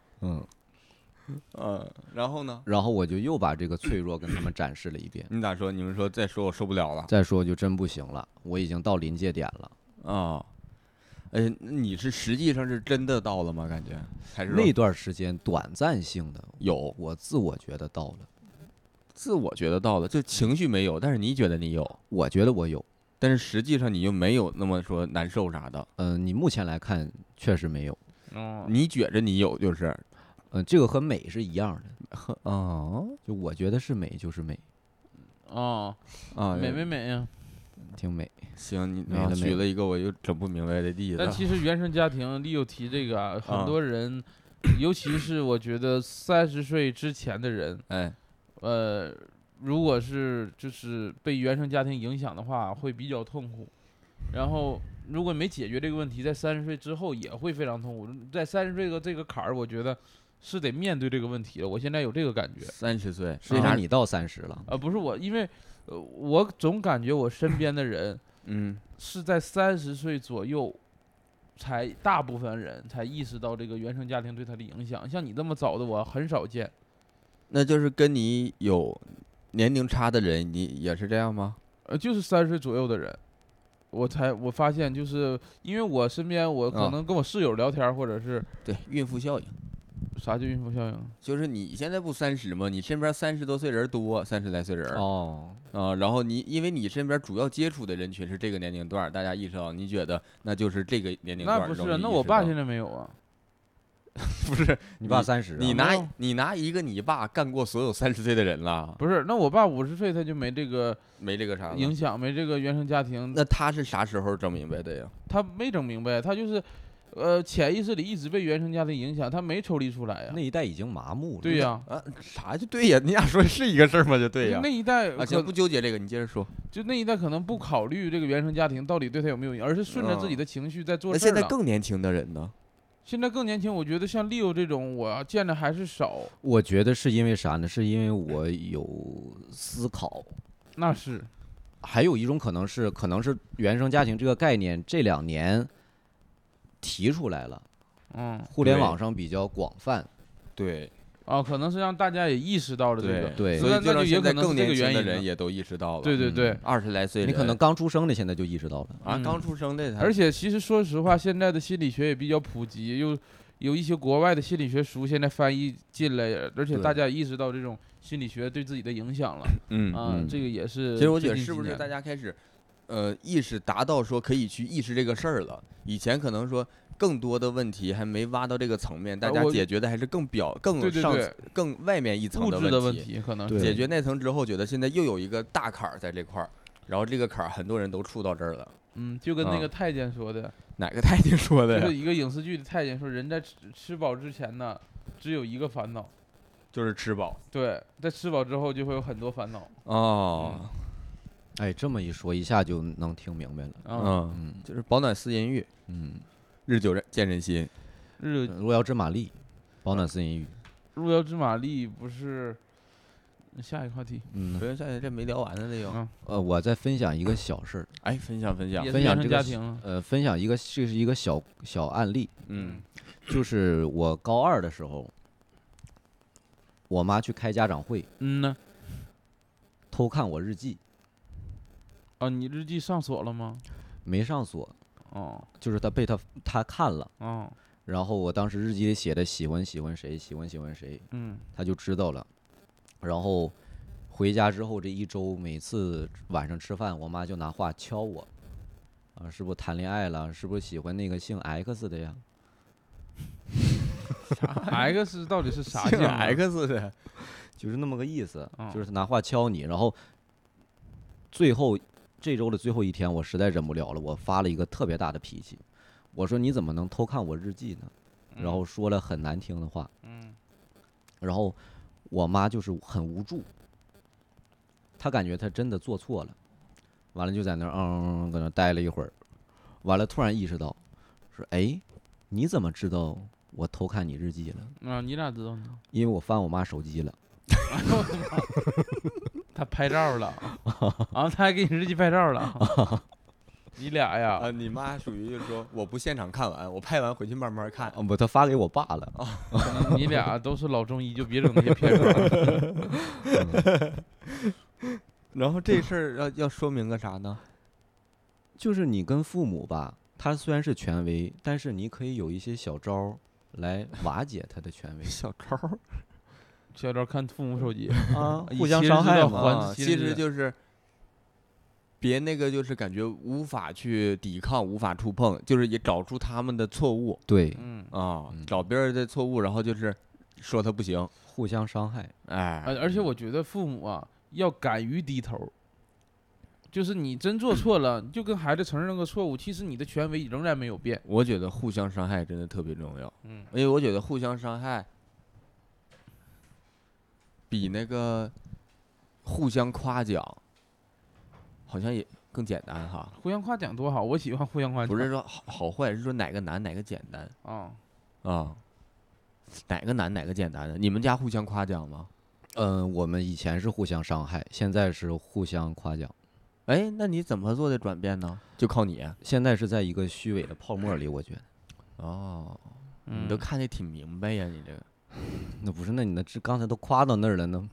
然后呢？ 然后我就又把这个脆弱跟他们展示了一遍。 你咋说？你们说再说我受不了了。 再说就真不行了，我已经到临界点了。 你是实际上是真的到了吗？感觉还是那段时间短暂性的有， 我自我觉得到了。 自我觉得到了，就情绪没有，但是你觉得你有， 我觉得我有， 但是实际上你又没有那么说难受啥的。 你目前来看确实没有。 你觉着你有就是， 这个和美是一样的。就我觉得是美就是美。 美没美呀？ 挺美。 行，你举了一个我又整不明白的例子。 但其实原生家庭，利友提这个很多人，尤其是我觉得30岁之前的人，如果是就是被原生家庭影响的话，会比较痛苦。然后如果没解决这个问题，在30岁之后也会非常痛苦。在30岁的这个坎儿，我觉得是得面对这个问题的。我现在有这个感觉。 30岁， 为啥你到30了？ 不是我，因为我总感觉我身边的人，是在30岁左右，大部分人才意识到这个原生家庭对他的影响。像你这么早的，我很少见。 那就是跟你有年龄差的人，你也是这样吗？ 就是30岁左右的人，我发现，就是因为我身边，我可能跟我室友聊天，或者是对孕妇效应， 啥叫孕妇效应？ 就是你现在不30吗？你身边30多岁人多，30来岁人哦， 然后因为你身边主要接触的人群是这个年龄段，大家意识到，你觉得那就是这个年龄段那不是， 容易意那我爸识到现在没有啊。 不是你爸30啊， 你没有你拿一个你爸干过所有30岁的人了， 不是，那我爸50岁他就没这个没这个啥了影响，没这个原生家庭， 那他是啥时候整明白的呀？ 他没整明白，他就是潜意识里一直被原生家庭影响，他没抽离出来呀那。一代已经麻木了。 对呀， 啥就对呀？你俩说是一个事儿吗？就对呀。 那一代啊，行，不纠结这个，你接着说。 就那一代可能不考虑这个原生家庭到底对他有没有影响，而是顺着自己的情绪在做事儿那现在了。 更年轻的人呢？ 现在更年轻，我觉得像 Leo 这种，我见的还是少。 我觉得是因为啥呢？是因为我有思考。 那是， 还有一种可能是原生家庭这个概念这2年提出来了，互联网上比较广泛。 对， 可能是让大家也意识到了这个。 对所以就让那就也现在更可能是这个年轻的原因了。 人也都意识到了。 对对对， 20来岁人， 你可能刚出生的现在就意识到了。 刚出生的才， 而且其实说实话，现在的心理学也比较普及，又有一些国外的心理学书现在翻译进来，而且对大家也意识到这种心理学对自己的影响了。这个也是。 其实我觉得是不是大家开始，意识达到说可以去意识这个事儿了？以前可能说更多的问题还没挖到这个层面，大家解决的还是更上更外面一层物质的问题。 可能解决那层之后，觉得现在又有一个大坎儿在这块儿，然后这个坎儿很多人都触到这儿了。 就跟那个太监说的， 哪个太监说的呀？ 就是一个影视剧的太监说，人在吃饱之前呢，只有一个烦恼， 就是吃饱。 对，在吃饱之后就会有很多烦恼。 哎，这么一说，一下就能听明白了。 就是饱暖思淫欲，日久见人心。 路遥知马力，饱暖思淫欲。 路遥知马力不是。下一个话题， 下一个这没聊完呢，这有。 我再分享一个小事儿。 哎，分享这个家庭。 分享一个，这是一个小案例。就是我高2的时候，我妈去开家长会。偷看我日记。 你日记上锁了吗？ 没上锁。就是被他看了。然后我当时日记里写的喜欢谁，喜欢谁。他就知道了。然后回家之后这一周，每次晚上吃饭，我妈就拿话敲我，是不是谈恋爱了？是不是喜欢那个姓 X 的呀 ？X 到底是啥姓 X 的？ 就是那么个意思，就是拿话敲你。然后最后这周的最后一天，我实在忍不了了，我发了一个特别大的脾气，我说你怎么能偷看我日记呢？然后说了很难听的话。然后我妈就是很无助，她感觉她真的做错了，完了就在那儿搁那待了一会儿，完了突然意识到，说哎，你怎么知道我偷看你日记了？ 你咋知道呢？ 因为我翻我妈手机了。 他拍照了，然后他还给你日记拍照了。你俩呀？ 你妈属于就是说我不现场看完，我拍完回去慢慢看。 不，他发给我爸了。 你俩都是老中医，就别整那些偏方。 然后这事儿要说明个啥呢？ 就是你跟父母吧，他虽然是权威，但是你可以有一些小招来瓦解他的权威。 小招看父母手机互相伤害嘛。 其实就是别那个，就是感觉无法去抵抗，无法触碰，就是也找出他们的错误。 对， 找别人的错误，然后就是说他不行， 互相伤害。 而且我觉得父母要敢于低头。就是你真做错了，就跟孩子承认个错误，其实你的权威仍然没有变。 我觉得互相伤害真的特别重要。因为我觉得互相伤害比那个互相夸奖好像也更简单哈。 互相夸奖多好，我喜欢互相夸奖。 不是说好坏，是说哪个难哪个简单。哪个难哪个简单的？你们家互相夸奖吗？ 我们以前是互相伤害，现在是互相夸奖。 哎，那你怎么做的转变呢？就靠你。 现在是在一个虚伪的泡沫里，我觉得。你都看得挺明白呀，你这个。 那不是，那你刚才都夸到那儿了呢。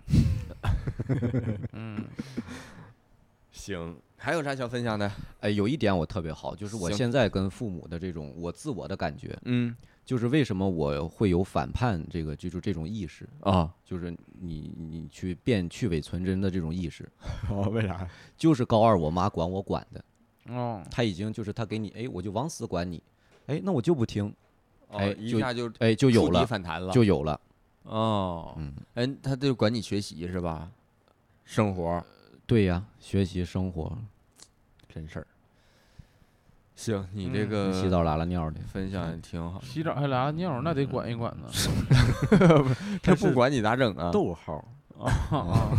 行，还有啥想分享的？ 哎，有一点我特别好，就是我现在跟父母的这种我自我的感觉。 就是为什么我会有反叛就是这种意识啊， 就是你去变去伪存真的这种意识。 哦，为啥？ 就是高二我妈管我管的， 哦， 她已经就是她给你，哎，我就往死管你，哎，那我就不听，哎一下就就有了， 反弹了， 就有了。 哦，他就管你学习是吧？生活， 对呀，学习生活， 真事儿。行，你这个洗澡拉拉尿的分享也挺好。 洗澡还拉拉尿，那得管一管呢。 这不管你咋整啊？ 逗号啊。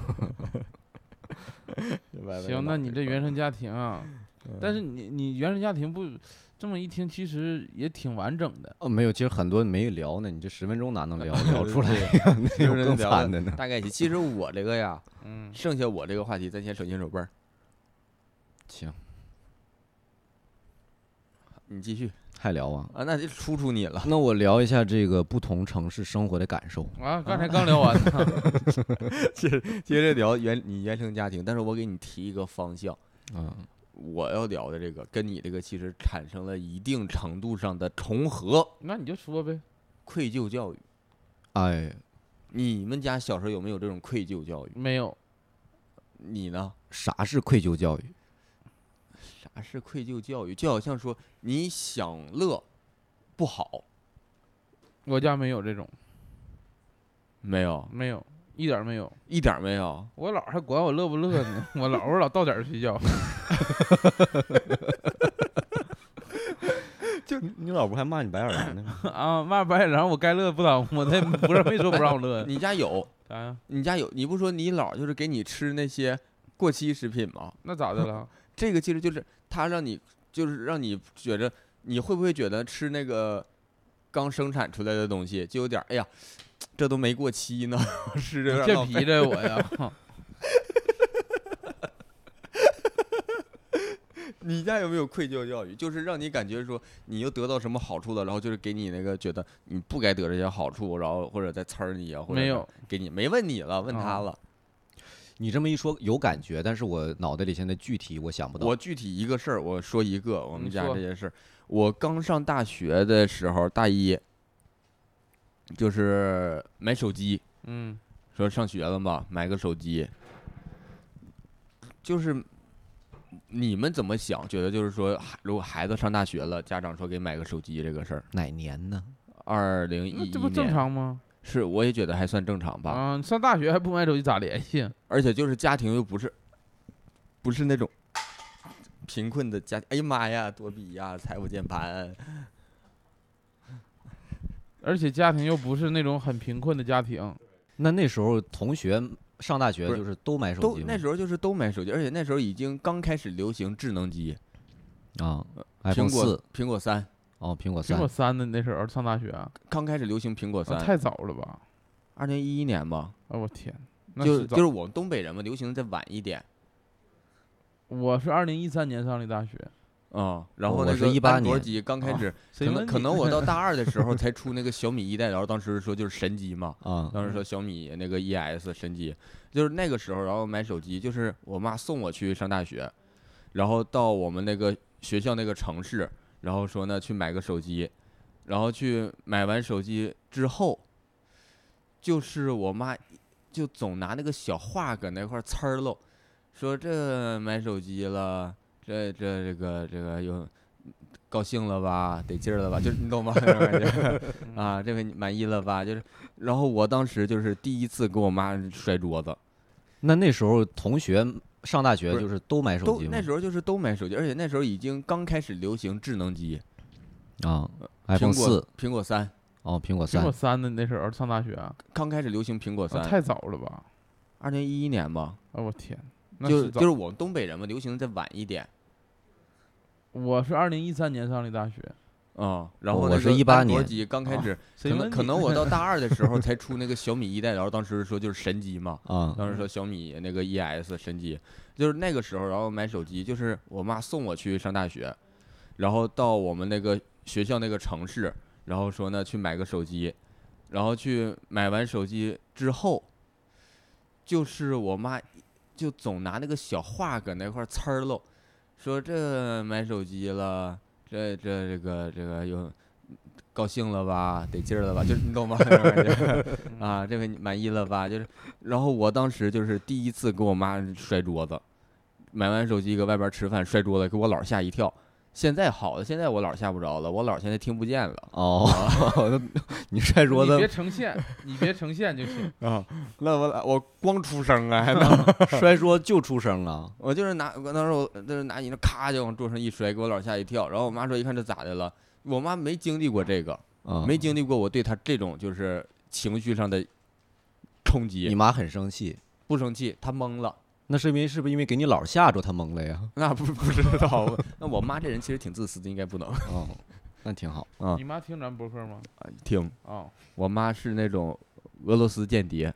行，那你这原生家庭啊，但是你原生家庭不这么一听，其实也挺完整的。 哦，没有，其实很多没聊呢，你这10分钟哪能聊出来呀？那有更惨的呢。 大概其实我这个呀，剩下我这个话题，咱先手心手背儿。 行，你继续。 还聊啊？ 啊，那就出你了。 那我聊一下这个不同城市生活的感受啊。刚才刚聊完呢。 接着聊你原生家庭，但是我给你提一个方向。我要聊的这个跟你这个其实产生了一定程度上的重合。 那你就说呗。 愧疚教育。 哎， 你们家小时候有没有这种愧疚教育？ 没有。 你呢？ 啥是愧疚教育？ 啥是愧疚教育？就好像说你享乐不好。 我家没有这种。 没有， 没有，一点没有， 一点没有。 我姥还管我乐不乐呢，我老到点睡觉。 就你老婆还骂你白眼狼呢？ 啊，骂白眼狼，我该乐不当，我那不是没说不让我乐。 你家有啥呀？ 你家有？你不说你姥就是给你吃那些过期食品吗？ 那咋的了？ 这个其实就是他让你，就是让你觉着，你会不会觉得吃那个刚生产出来的东西就有点，哎呀，这都没过期呢，是这这皮着我呀。 你家有没有愧疚教育？就是让你感觉说你又得到什么好处了，然后就是给你那个觉得你不该得这些好处，然后或者在呲儿你啊，或者没有给你没问你了，问他了。 你这么一说有感觉，但是我脑袋里现在具体我想不到。 我具体一个事儿，我说一个我们家这些事儿。我刚上大学的时候，大一，就是买手机。说上学了嘛，买个手机。就是你们怎么想？觉得就是说，如果孩子上大学了，家长说给买个手机这个事儿， 哪年呢 ？2011年。 这不正常吗？ 是，我也觉得还算正常吧。 啊，上大学还不买手机咋联系？ 而且就是家庭又不是那种贫困的家庭。哎呀妈呀，多比呀，财务键盘。 而且家庭又不是那种很贫困的家庭。 那时候同学上大学就是都买手机吗？ 那时候就是都买手机，而且那时候已经刚开始流行智能机。 啊，iPhone 4， 苹果3。 哦，苹果 3的那时候上大学啊， 刚开始流行苹果3， 太早了吧 ？2011年吧。 我天， 就是我们东北人嘛，流行的再晚一点。 我是2013年上的大学。 然后那个安卓机刚开始，可能我到大2的时候才出那个小米1代，然后当时说就是神机嘛。当时说小米那个 ES 神机，就是那个时候，然后买手机，就是我妈送我去上大学，然后到我们那个学校那个城市。然后说呢，去买个手机，然后去买完手机之后，就是我妈就总拿那个小话搁那块呲儿喽，说这买手机了，这个又高兴了吧，得劲儿了吧，就是你懂吗？啊，这回你满意了吧？就是，然后我当时就是第一次给我妈摔桌子。 那时候同学上大学就是都买手机吗？ 那时候就是都买手机，而且那时候已经刚开始流行智能机。 iPhone 4， 苹果3。 苹果 3的那时候上大学啊， 刚开始流行苹果3。 太早了吧 ？2011年吧。 我天， 就是我们东北人嘛，流行的再晚一点。 我是2013年上的大学。 然后我是18年。 安卓机刚开始，可能我到大2的时候才出那个小米1代，然后当时说就是神机嘛。当时说小米那个 ES 神机，就是那个时候，然后买手机，就是我妈送我去上大学，然后到我们那个学校那个城市，然后说呢去买个手机，然后去买完手机之后，就是我妈就总拿那个小话搁那块呲儿喽，说这买手机了。这个又高兴了吧，得劲儿了吧，就是你懂吗？这种感觉啊，这回你满意了吧？就是，然后我当时就是第一次给我妈摔桌子，买完手机搁外边吃饭摔桌子，给我姥吓一跳。现在好了，现在我姥吓不着了，我姥现在听不见了。 哦，你摔桌子你别呈现，你别呈现就行。 啊，那我光出声啊，还能摔桌就出声啊？ 我就是当时我就是拿你那咔就往桌上一摔，给我姥吓一跳。然后我妈说一看这咋的了？我妈没经历过这个，没经历过我对她这种就是情绪上的冲击。 你妈很生气， 不生气，她懵了。 那是不是因为给你姥吓着她懵了呀？ 那不知道。那我妈这人其实挺自私的，应该不能。 哦，那挺好啊。 你妈听咱播客吗？ 听。 哦， 我妈是那种俄罗斯间谍。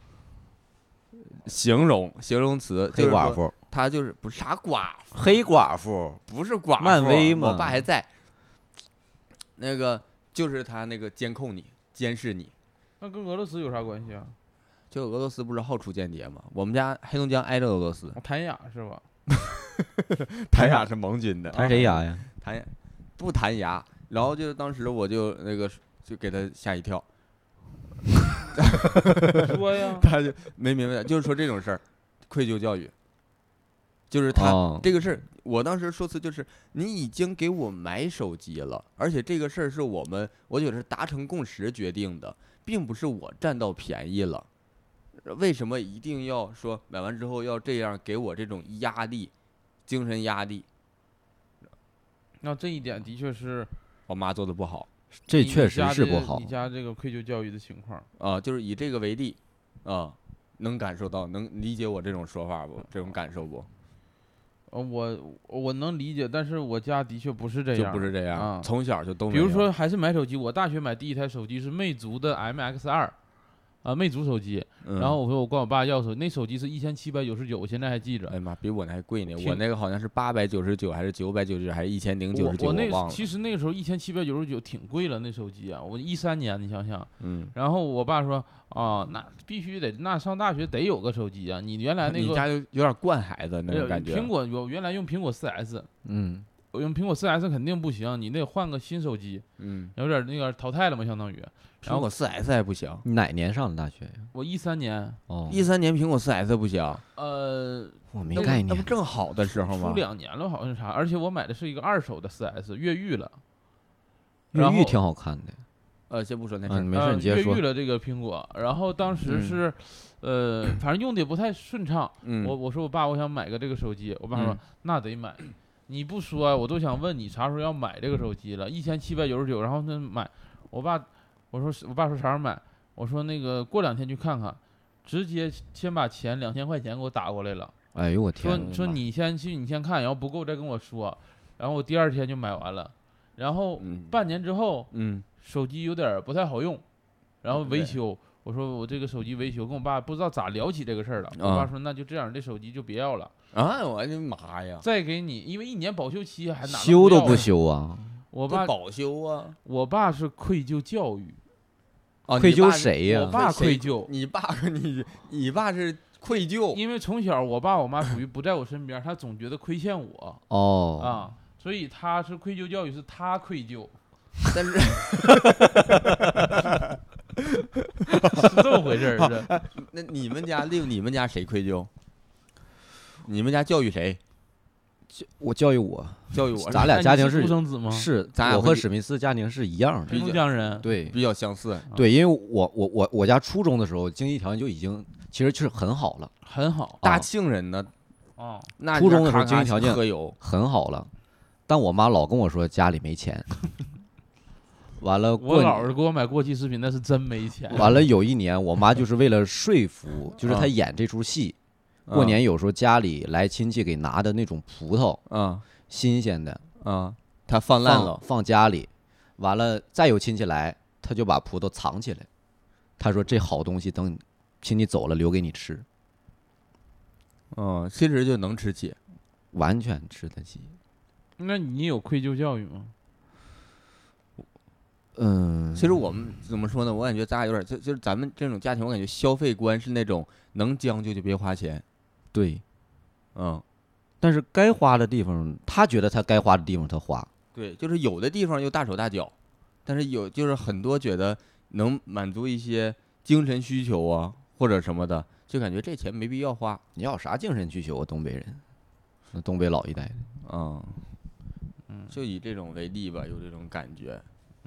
形容词， 黑寡妇。 她就是不是啥寡妇？ 黑寡妇不是寡妇。 漫威吗？ 我爸还在。那个就是他那个监控你、监视你。 那跟俄罗斯有啥关系啊？ 就俄罗斯不是好出间谍吗？我们家黑龙江挨着俄罗斯。 谭雅是吧？ 谭雅是盟军的。 弹谁牙呀？ 弹牙不弹牙。然后就当时我就那个就给他吓一跳。 说呀。 他就没明白，就是说这种事儿，愧疚教育。就是他、这个事儿，我当时说辞就是你已经给我买手机了，而且这个事儿是我觉得是达成共识决定的，并不是我占到便宜了。为什么一定要说买完之后要这样给我这种压力，精神压力？ 那这一点的确是我妈做的不好， 这确实是不好。 你家这个愧疚教育的情况啊，就是以这个为例啊，能感受到，能理解我这种说法不？这种感受不？ 我能理解，但是我家的确不是这样， 就不是这样， 啊、 从小就都没有。比如说，还是买手机，我大学买第一台手机是魅族的 MX2，魅族手机。然后我说我管我爸要手，那手机是1799，我现在还记着。 哎呀妈，比我那还贵呢！我那个好像是899，还是999，还是1099， 我忘了。 其实那个时候1799挺贵了，那手机啊，我13年，你想想。然后我爸说啊，那必须得，那上大学得有个手机啊！你原来那个你家有点惯孩子那种感觉。 苹果我原来用苹果4S，我用苹果4S肯定不行，你得换个新手机。有点那个淘汰了嘛，相当于。 苹果4S 还不行。 你哪年上的大学呀？ 我13年。 哦，13年苹果4S 不行。 我没概念。 那不正好的时候吗？ 出2年了，好像是啥？而且我买的是一个2手的4S，越狱了。 越狱挺好看的。 先不说那事，没事，你接着说。 越狱了这个苹果，然后当时是，反正用的也不太顺畅。我说我爸，我想买个这个手机，我爸说那得买。你不说，我都想问你啥时候要买这个手机了，1799，然后那买，我爸说啥时候买？我说那个过2天去看看，直接先把钱2000块钱给我打过来了。 哎呦我天！ 说你先去，你先看，然后不够再跟我说。然后我第2天就买完了，然后半年之后，手机有点不太好用，然后维修。我说我这个手机维修，跟我爸不知道咋聊起这个事儿了。我爸说那就这样，这手机就别要了。 啊！我的妈呀！ 再给你，因为1年保修期还哪修都不修啊！ 我爸保修啊！ 我爸是愧疚教育。 愧疚谁呀？ 我爸愧疚。 你爸是愧疚， 因为从小我爸我妈属于不在我身边，他总觉得亏欠我。所以他是愧疚教育，是他愧疚。 但是是这么回事儿是？ 那你们家谁愧疚？你们家教育谁？ 我教育我， 咱俩家庭是独生子吗？ 是，我和史密斯家庭是一样的， 黑龙江人， 对， 比较相似。 对，因为我家初中的时候经济条件就已经其实是很好了， 很好。 大庆人呢？那初中的时候经济条件很好了，但我妈老跟我说家里没钱。完了， 我姥儿给我买过期食品，那是真没钱。 完了，有一年我妈就是为了说服，就是她演这出戏。过年有时候家里来亲戚给拿的那种葡萄，新鲜的， 他放烂了， 放家里，完了再有亲戚来，他就把葡萄藏起来，他说这好东西等亲戚走了留给你吃。 其实就能吃起， 完全吃得起。 那你有愧疚教育吗？ 其实我们怎么说呢？我感觉咱俩有点就是咱们这种家庭，我感觉消费观是那种能将就就别花钱。 对，但是该花的地方，他觉得他该花的地方他花。 对，就是有的地方又大手大脚， 但是就是很多觉得能满足一些精神需求啊或者什么的，就感觉这钱没必要花。 你要啥精神需求啊？东北人，那东北老一代的， 啊，就以这种为例吧，有这种感觉。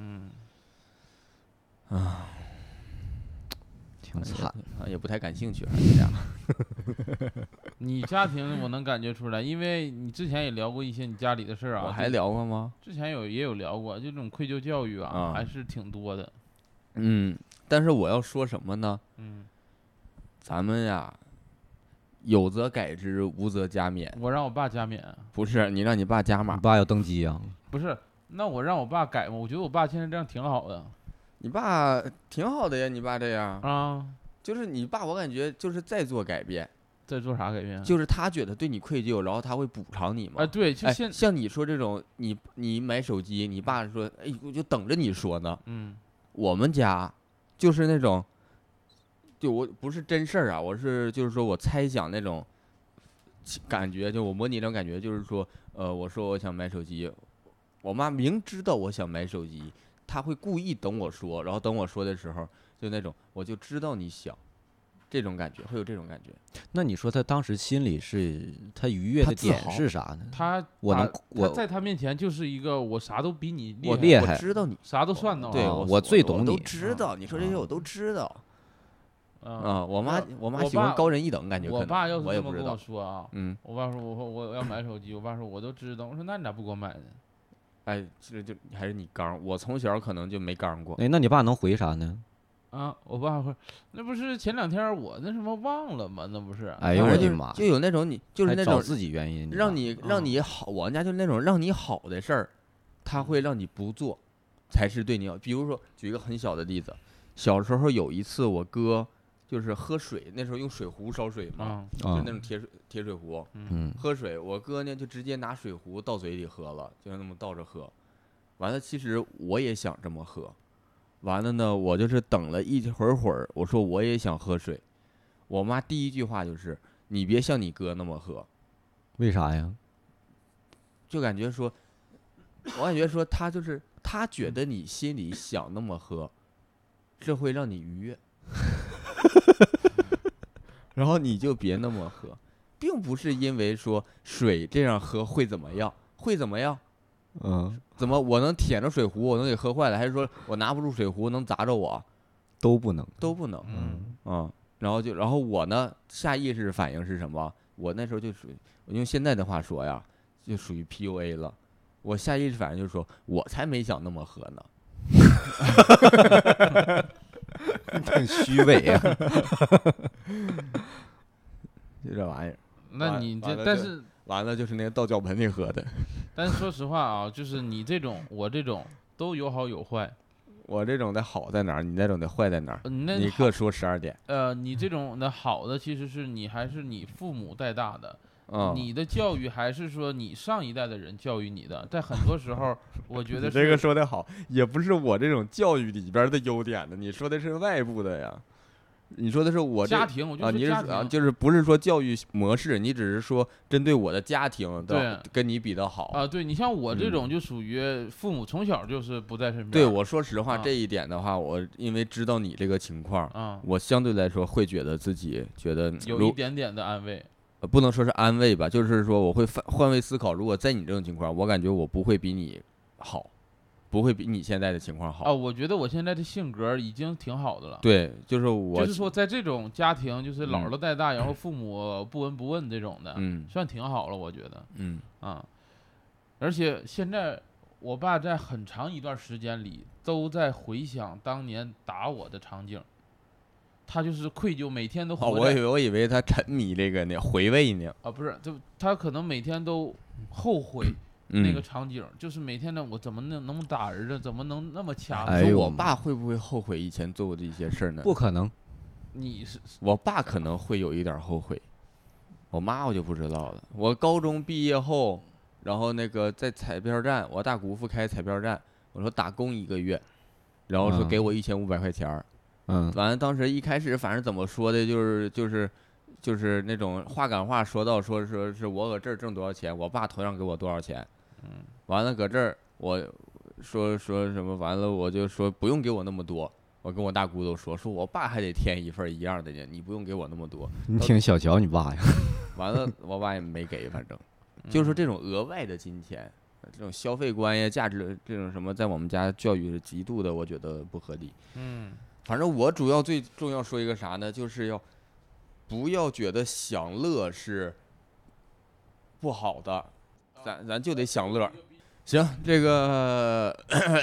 挺惨。 啊，也不太感兴趣，还是这样。 你家庭我能感觉出来，因为你之前也聊过一些你家里的事儿啊。 我还聊过吗？ 之前也有聊过，就这种愧疚教育啊，还是挺多的。 但是我要说什么呢？咱们呀，有则改之，无则加勉。 我让我爸加勉。 不是，你让你爸加码。 你爸要登基啊？ 不是，那我让我爸改嘛？我觉得我爸现在这样挺好的。 你爸挺好的呀，你爸这样啊， 就是你爸，我感觉就是在做改变。 在做啥改变？ 就是他觉得对你愧疚，然后他会补偿你嘛。 对，就像你说这种，你买手机，你爸说，哎，我就等着你说呢。我们家就是那种，就我不是真事儿啊，就是说我猜想那种感觉，就我模拟那种感觉，就是说，我说我想买手机，我妈明知道我想买手机，她会故意等我说，然后等我说的时候，就那种我就知道你想。这种感觉会有这种感觉。 那你说他当时心里是他愉悦的点是啥呢？ 他在他面前就是一个我啥都比你厉害， 我知道你啥都算到。 对， 我最懂你， 都知道。你说这些我都知道。我妈喜欢高人一等感觉。 我爸要是这么跟我说啊，我爸说我要买手机，我爸说我都知道。我说那你咋不给我买呢？ 哎，这就还是你刚，我从小可能就没刚过。 哎，那你爸能回啥呢？ 我爸说，那不是前2天我那什么忘了吗？那不是。 哎呦我的妈！ 就有那种就是那种自己原因， 让你好，我们家就是那种让你好的事儿，他会让你不做，才是对你好。比如说，举一个很小的例子，小时候有一次我哥就是喝水，那时候用水壶烧水嘛，就那种铁水壶，喝水，我哥呢就直接拿水壶倒嘴里喝了，就那么倒着喝。完了，其实我也想这么喝。完了呢，我就是等了一会儿，我说我也想喝水，我妈第一句话就是你别像你哥那么喝。 为啥呀？ 就感觉说，我感觉说他就是他觉得你心里想那么喝，这会让你愉悦，然后你就别那么喝，并不是因为说水这样喝会怎么样，怎么我能舔着水壶我能给喝坏了，还是说我拿不住水壶能砸着我？ 都不能。 然后我呢，下意识反应是什么？我那时候就属于，我用现在的话说呀，就属于 PUA 了。我下意识反应就是说，我才没想那么喝呢。 挺虚伪啊， 就这玩意儿。 那你这但是完了就是那个倒脚盆里喝的。 但是说实话啊，就是你这种我这种都有好有坏。 我这种的好在哪儿？你那种的坏在哪儿？ 你各说12点。 你这种的好的其实是你还是你父母带大的。你的教育还是说你上一代的人教育你的，在很多时候，我觉得你这个说的好，也不是我这种教育里边的优点的，你说的是外部的呀。你说的是我家庭，我就说家庭就是不是说教育模式，你只是说针对我的家庭的跟你比的好对你像我这种就属于父母从小就是不在身边。 对，我说实话，这一点的话，我因为知道你这个情况，我相对来说会觉得自己觉得有一点点的安慰。 不能说是安慰吧，就是说我会换位思考，如果在你这种情况，我感觉我不会比你好，不会比你现在的情况好。 我觉得我现在的性格已经挺好的了。 对，就是说在这种家庭，就是姥姥带大，然后父母不闻不问这种的，算挺好了，我觉得。而且现在我爸在很长一段时间里都在回想当年打我的场景。他就是愧疚，每天都我以为他沉迷这个呢，回味呢。 不是，就他可能每天都后悔那个场景，就是每天呢，我怎么能打儿子，怎么能那么掐？ 我爸会不会后悔以前做过的一些事呢？ 不可能。 我爸可能会有一点后悔，我妈我就不知道了。我高中毕业后，然后那个在彩票站，我大姑父开彩票站，我说打工1个月，然后说给我1500块钱。完了，当时一开始反正怎么说的，就是那种话赶话说到说是我搁这儿挣多少钱，我爸同样给我多少钱。完了搁这儿说什么，完了我就说不用给我那么多。我跟我大姑都说我爸还得添一份一样的呢，你不用给我那么多。 你挺小瞧你爸呀。 完了，我爸也没给，反正就是说这种额外的金钱，这种消费观呀、价值这种什么，在我们家教育是极度的，我觉得不合理。反正我主要最重要说一个啥呢，就是不要觉得享乐是不好的，咱就得享乐。行，这个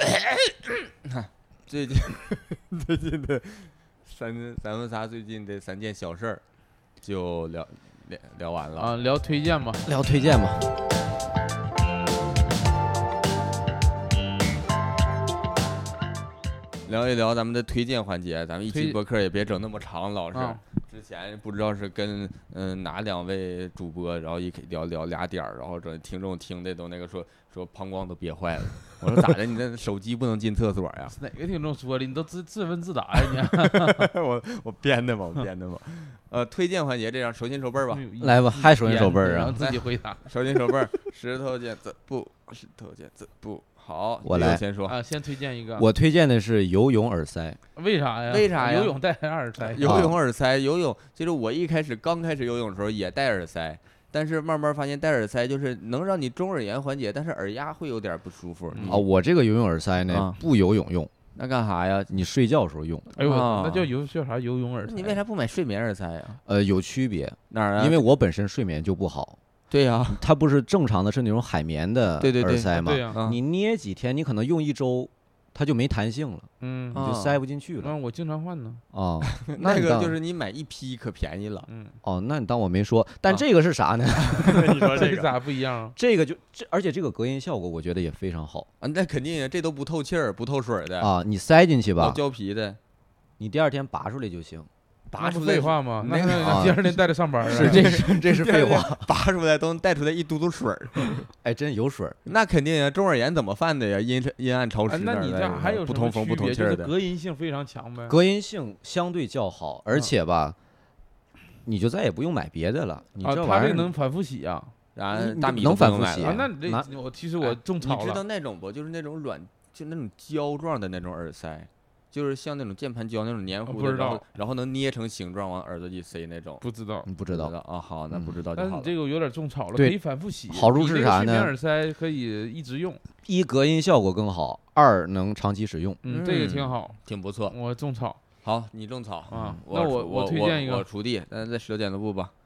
最近的咱们仨最近的3件小事儿就聊完了啊，聊推荐吧， 聊推荐吧。 聊一聊咱们的推荐环节，咱们一期播客也别整那么长，老是。之前不知道是跟哪2位主播，然后一聊2点，然后这听众听的都那个说膀胱都憋坏了。我说咋的？你那手机不能进厕所呀？ 哪个听众说的？你都自问自答呀你？ 我编的嘛。推荐环节这样，手心手背吧。 来吧，还手心手背啊？ 然后自己回答。 手心手背，石头剪子布，石头剪子布。好， 我来先说啊，先推荐一个。 我推荐的是游泳耳塞。 为啥呀？游泳戴耳塞。 游泳耳塞，游泳就是我刚开始游泳的时候也戴耳塞，但是慢慢发现戴耳塞就是能让你中耳炎缓解，但是耳压会有点不舒服。 我这个游泳耳塞呢，不游泳用， 那干啥呀？ 你睡觉时候用。 哎呦，那叫啥游泳耳塞？ 你为啥不买睡眠耳塞呀？ 有区别。 哪儿啊？ 因为我本身睡眠就不好。 对呀， 它不是正常的是那种海绵的耳塞嘛？你捏几天，你可能用1周，它就没弹性了，你就塞不进去了。 我经常换呢。 哦， 那个就是你买一批可便宜了。 哦，那你当我没说。但这个是啥呢？ 你说这个咋不一样？ 这个而且这个隔音效果我觉得也非常好啊。那肯定，这都不透气儿、不透水的啊。你塞进去吧， 老胶皮的， 你第2天拔出来就行。 拔出来废话吗？那第2天带着上班是这是废话。 拔出来都能带出来一嘟嘟水儿。 哎，真有水。 那肯定呀，中耳炎怎么犯的呀？阴暗潮湿。 那你这还有不通风不通气的？ 隔音性非常强呗。 隔音性相对较好，而且吧，你就再也不用买别的了。你这玩意儿能反复洗啊？ 大米能反复洗。 那其实我种草了。 你知道那种不？就是那种就那种胶状的那种耳塞。就是像那种键盘胶那种黏糊的，然后能捏成形状往耳朵里塞那种。 不知道， 你不知道啊？好，那不知道就好了。 但是你这个有点种草了，可以反复洗。 好处是啥呢？ 睡眠耳塞可以一直用 ，1隔音效果更好，2能长期使用。 这个挺好， 挺不错。 我种草。 好，你种草啊？ 那我推荐一个， 我锄地，再石头剪子布吧。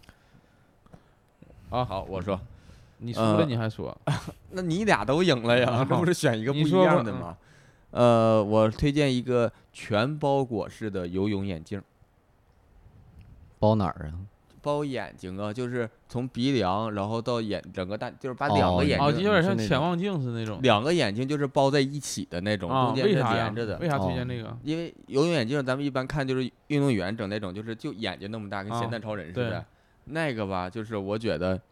啊， 好，我说， 你输了你还说？ 那你俩都赢了呀，这不是选一个不一样的吗？我推荐一个全包裹式的游泳眼镜。 包哪儿啊？ 包眼睛啊，就是从鼻梁，然后到整个就是把2个眼睛， 就有点像潜望镜似的那种。 2个眼睛就是包在一起的那种，中间是连着的。 为啥推荐这个？ 因为游泳眼镜咱们一般看就是运动员整那种，就眼睛那么大，跟咸蛋超人似的。那个吧，就是我觉得，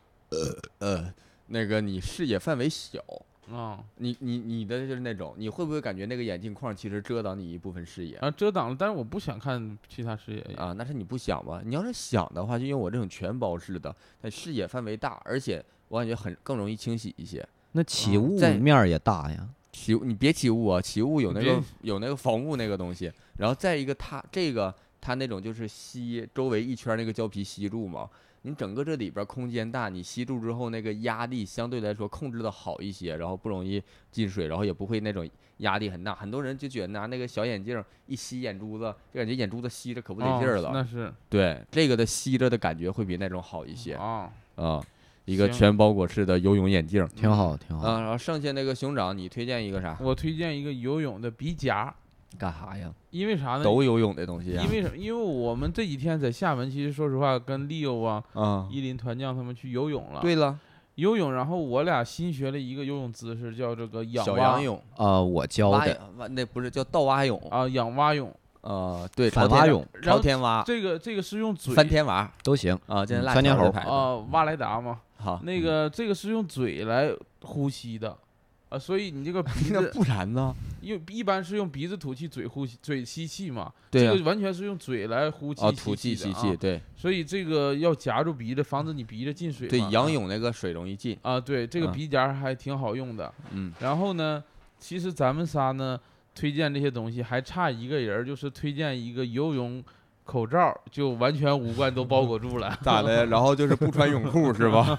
那个你视野范围小。你的就是那种，你会不会感觉那个眼镜框其实遮挡你一部分视野啊？遮挡了，但是我不想看其他视野啊。那是你不想吧？你要是想的话，就用我这种全包式的，它视野范围大，而且我感觉更容易清洗一些。 那起雾面也大呀？ 你别起雾啊！起雾有那个防雾那个东西，然后再一个它那种就是吸周围一圈那个胶皮吸住嘛。你整个这里边空间大，你吸住之后那个压力相对来说控制的好一些，然后不容易进水，然后也不会那种压力很大。很多人就觉得拿那个小眼镜一吸眼珠子，就感觉眼珠子吸着可不得劲儿了。 那是对这个的吸着的感觉会比那种好一些一个全包裹式的游泳眼镜， 挺好挺好然后剩下那个熊掌，你推荐一个啥？ 我推荐一个游泳的鼻夹。 干啥呀？ 因为啥呢？ 都游泳的东西啊。 因为我们这几天在厦门，其实说实话，跟Leo依林团将他们去游泳了。 对了， 游泳，然后我俩新学了一个游泳姿势，叫这个小仰泳。 我教的。 那不是叫倒蛙泳啊？仰蛙泳。 对， 反蛙泳， 朝天蛙。 这个是用嘴。 翻天蛙都行啊，这翻天猴蛙来达嘛。 好， 这个是用嘴来呼吸的。 所以你这个鼻子不然呢？ 一般是用鼻子吐气，嘴吸气嘛。 对、 这个完全是用嘴来呼气吐气吸气，对。 所以这个要夹住鼻子，防止你鼻子进水嘛。 对，仰泳那个水容易进啊。对，这个鼻夹还挺好用的。然后呢，其实咱们仨呢推荐这些东西还差一个人，就是推荐一个游泳口罩，就完全五官都包裹住了。 咋的？然后就是不穿泳裤是吧？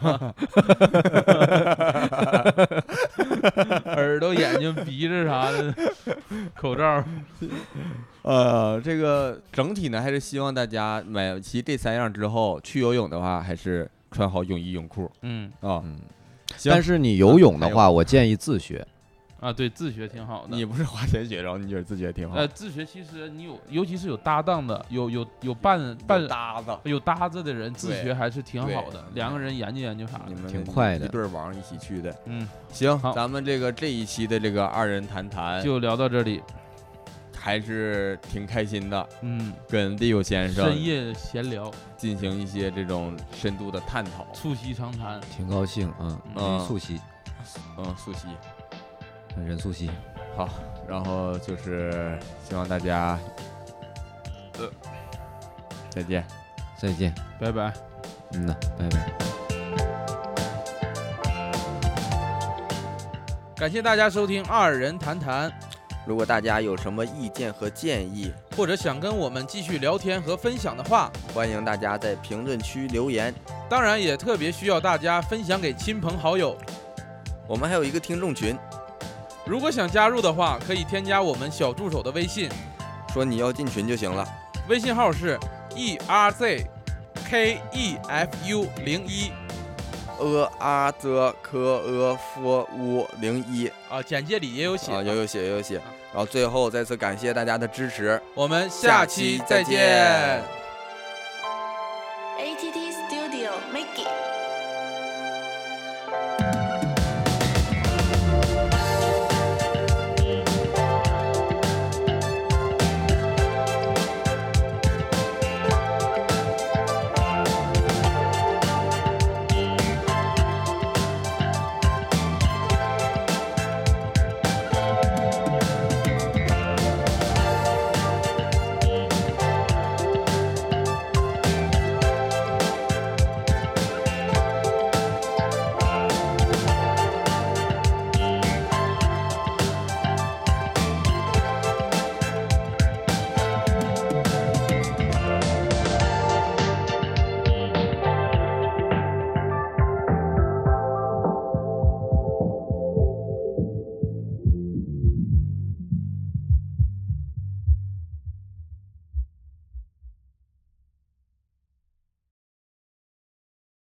耳朵、眼睛、鼻子啥的，口罩。 这个整体呢，还是希望大家买齐这3样之后，去游泳的话，还是穿好泳衣泳裤。 但是你游泳的话，我建议自学。 对，自学挺好的。 你不是花钱学，然后你觉得自学挺好？ 自学其实你尤其是有搭档的，有伴搭子的人，自学还是挺好的。2个人研究研究啥， 你们挺快的， 一对网一起去的。行， 好， 咱们这一期的这个2人谈谈就聊到这里， 还是挺开心的。跟Leo先生深夜闲聊， 进行一些这种深度的探讨， 促膝长谈， 挺高兴。促膝， 促膝。 任素汐， 好，然后就是希望大家，再见， 拜拜， 拜拜。 感谢大家收听2人谈谈。 如果大家有什么意见和建议， 或者想跟我们继续聊天和分享的话， 欢迎大家在评论区留言。 当然，也特别需要大家分享给亲朋好友。 我们还有一个听众群。 如果想加入的话，可以添加我们小助手的微信， 说你要进群就行了。 微信号是 ERZKEFU01， ERZKEFU01。 简介里也有写。 有写。然后最后再次感谢大家的支持， 我们下期再见。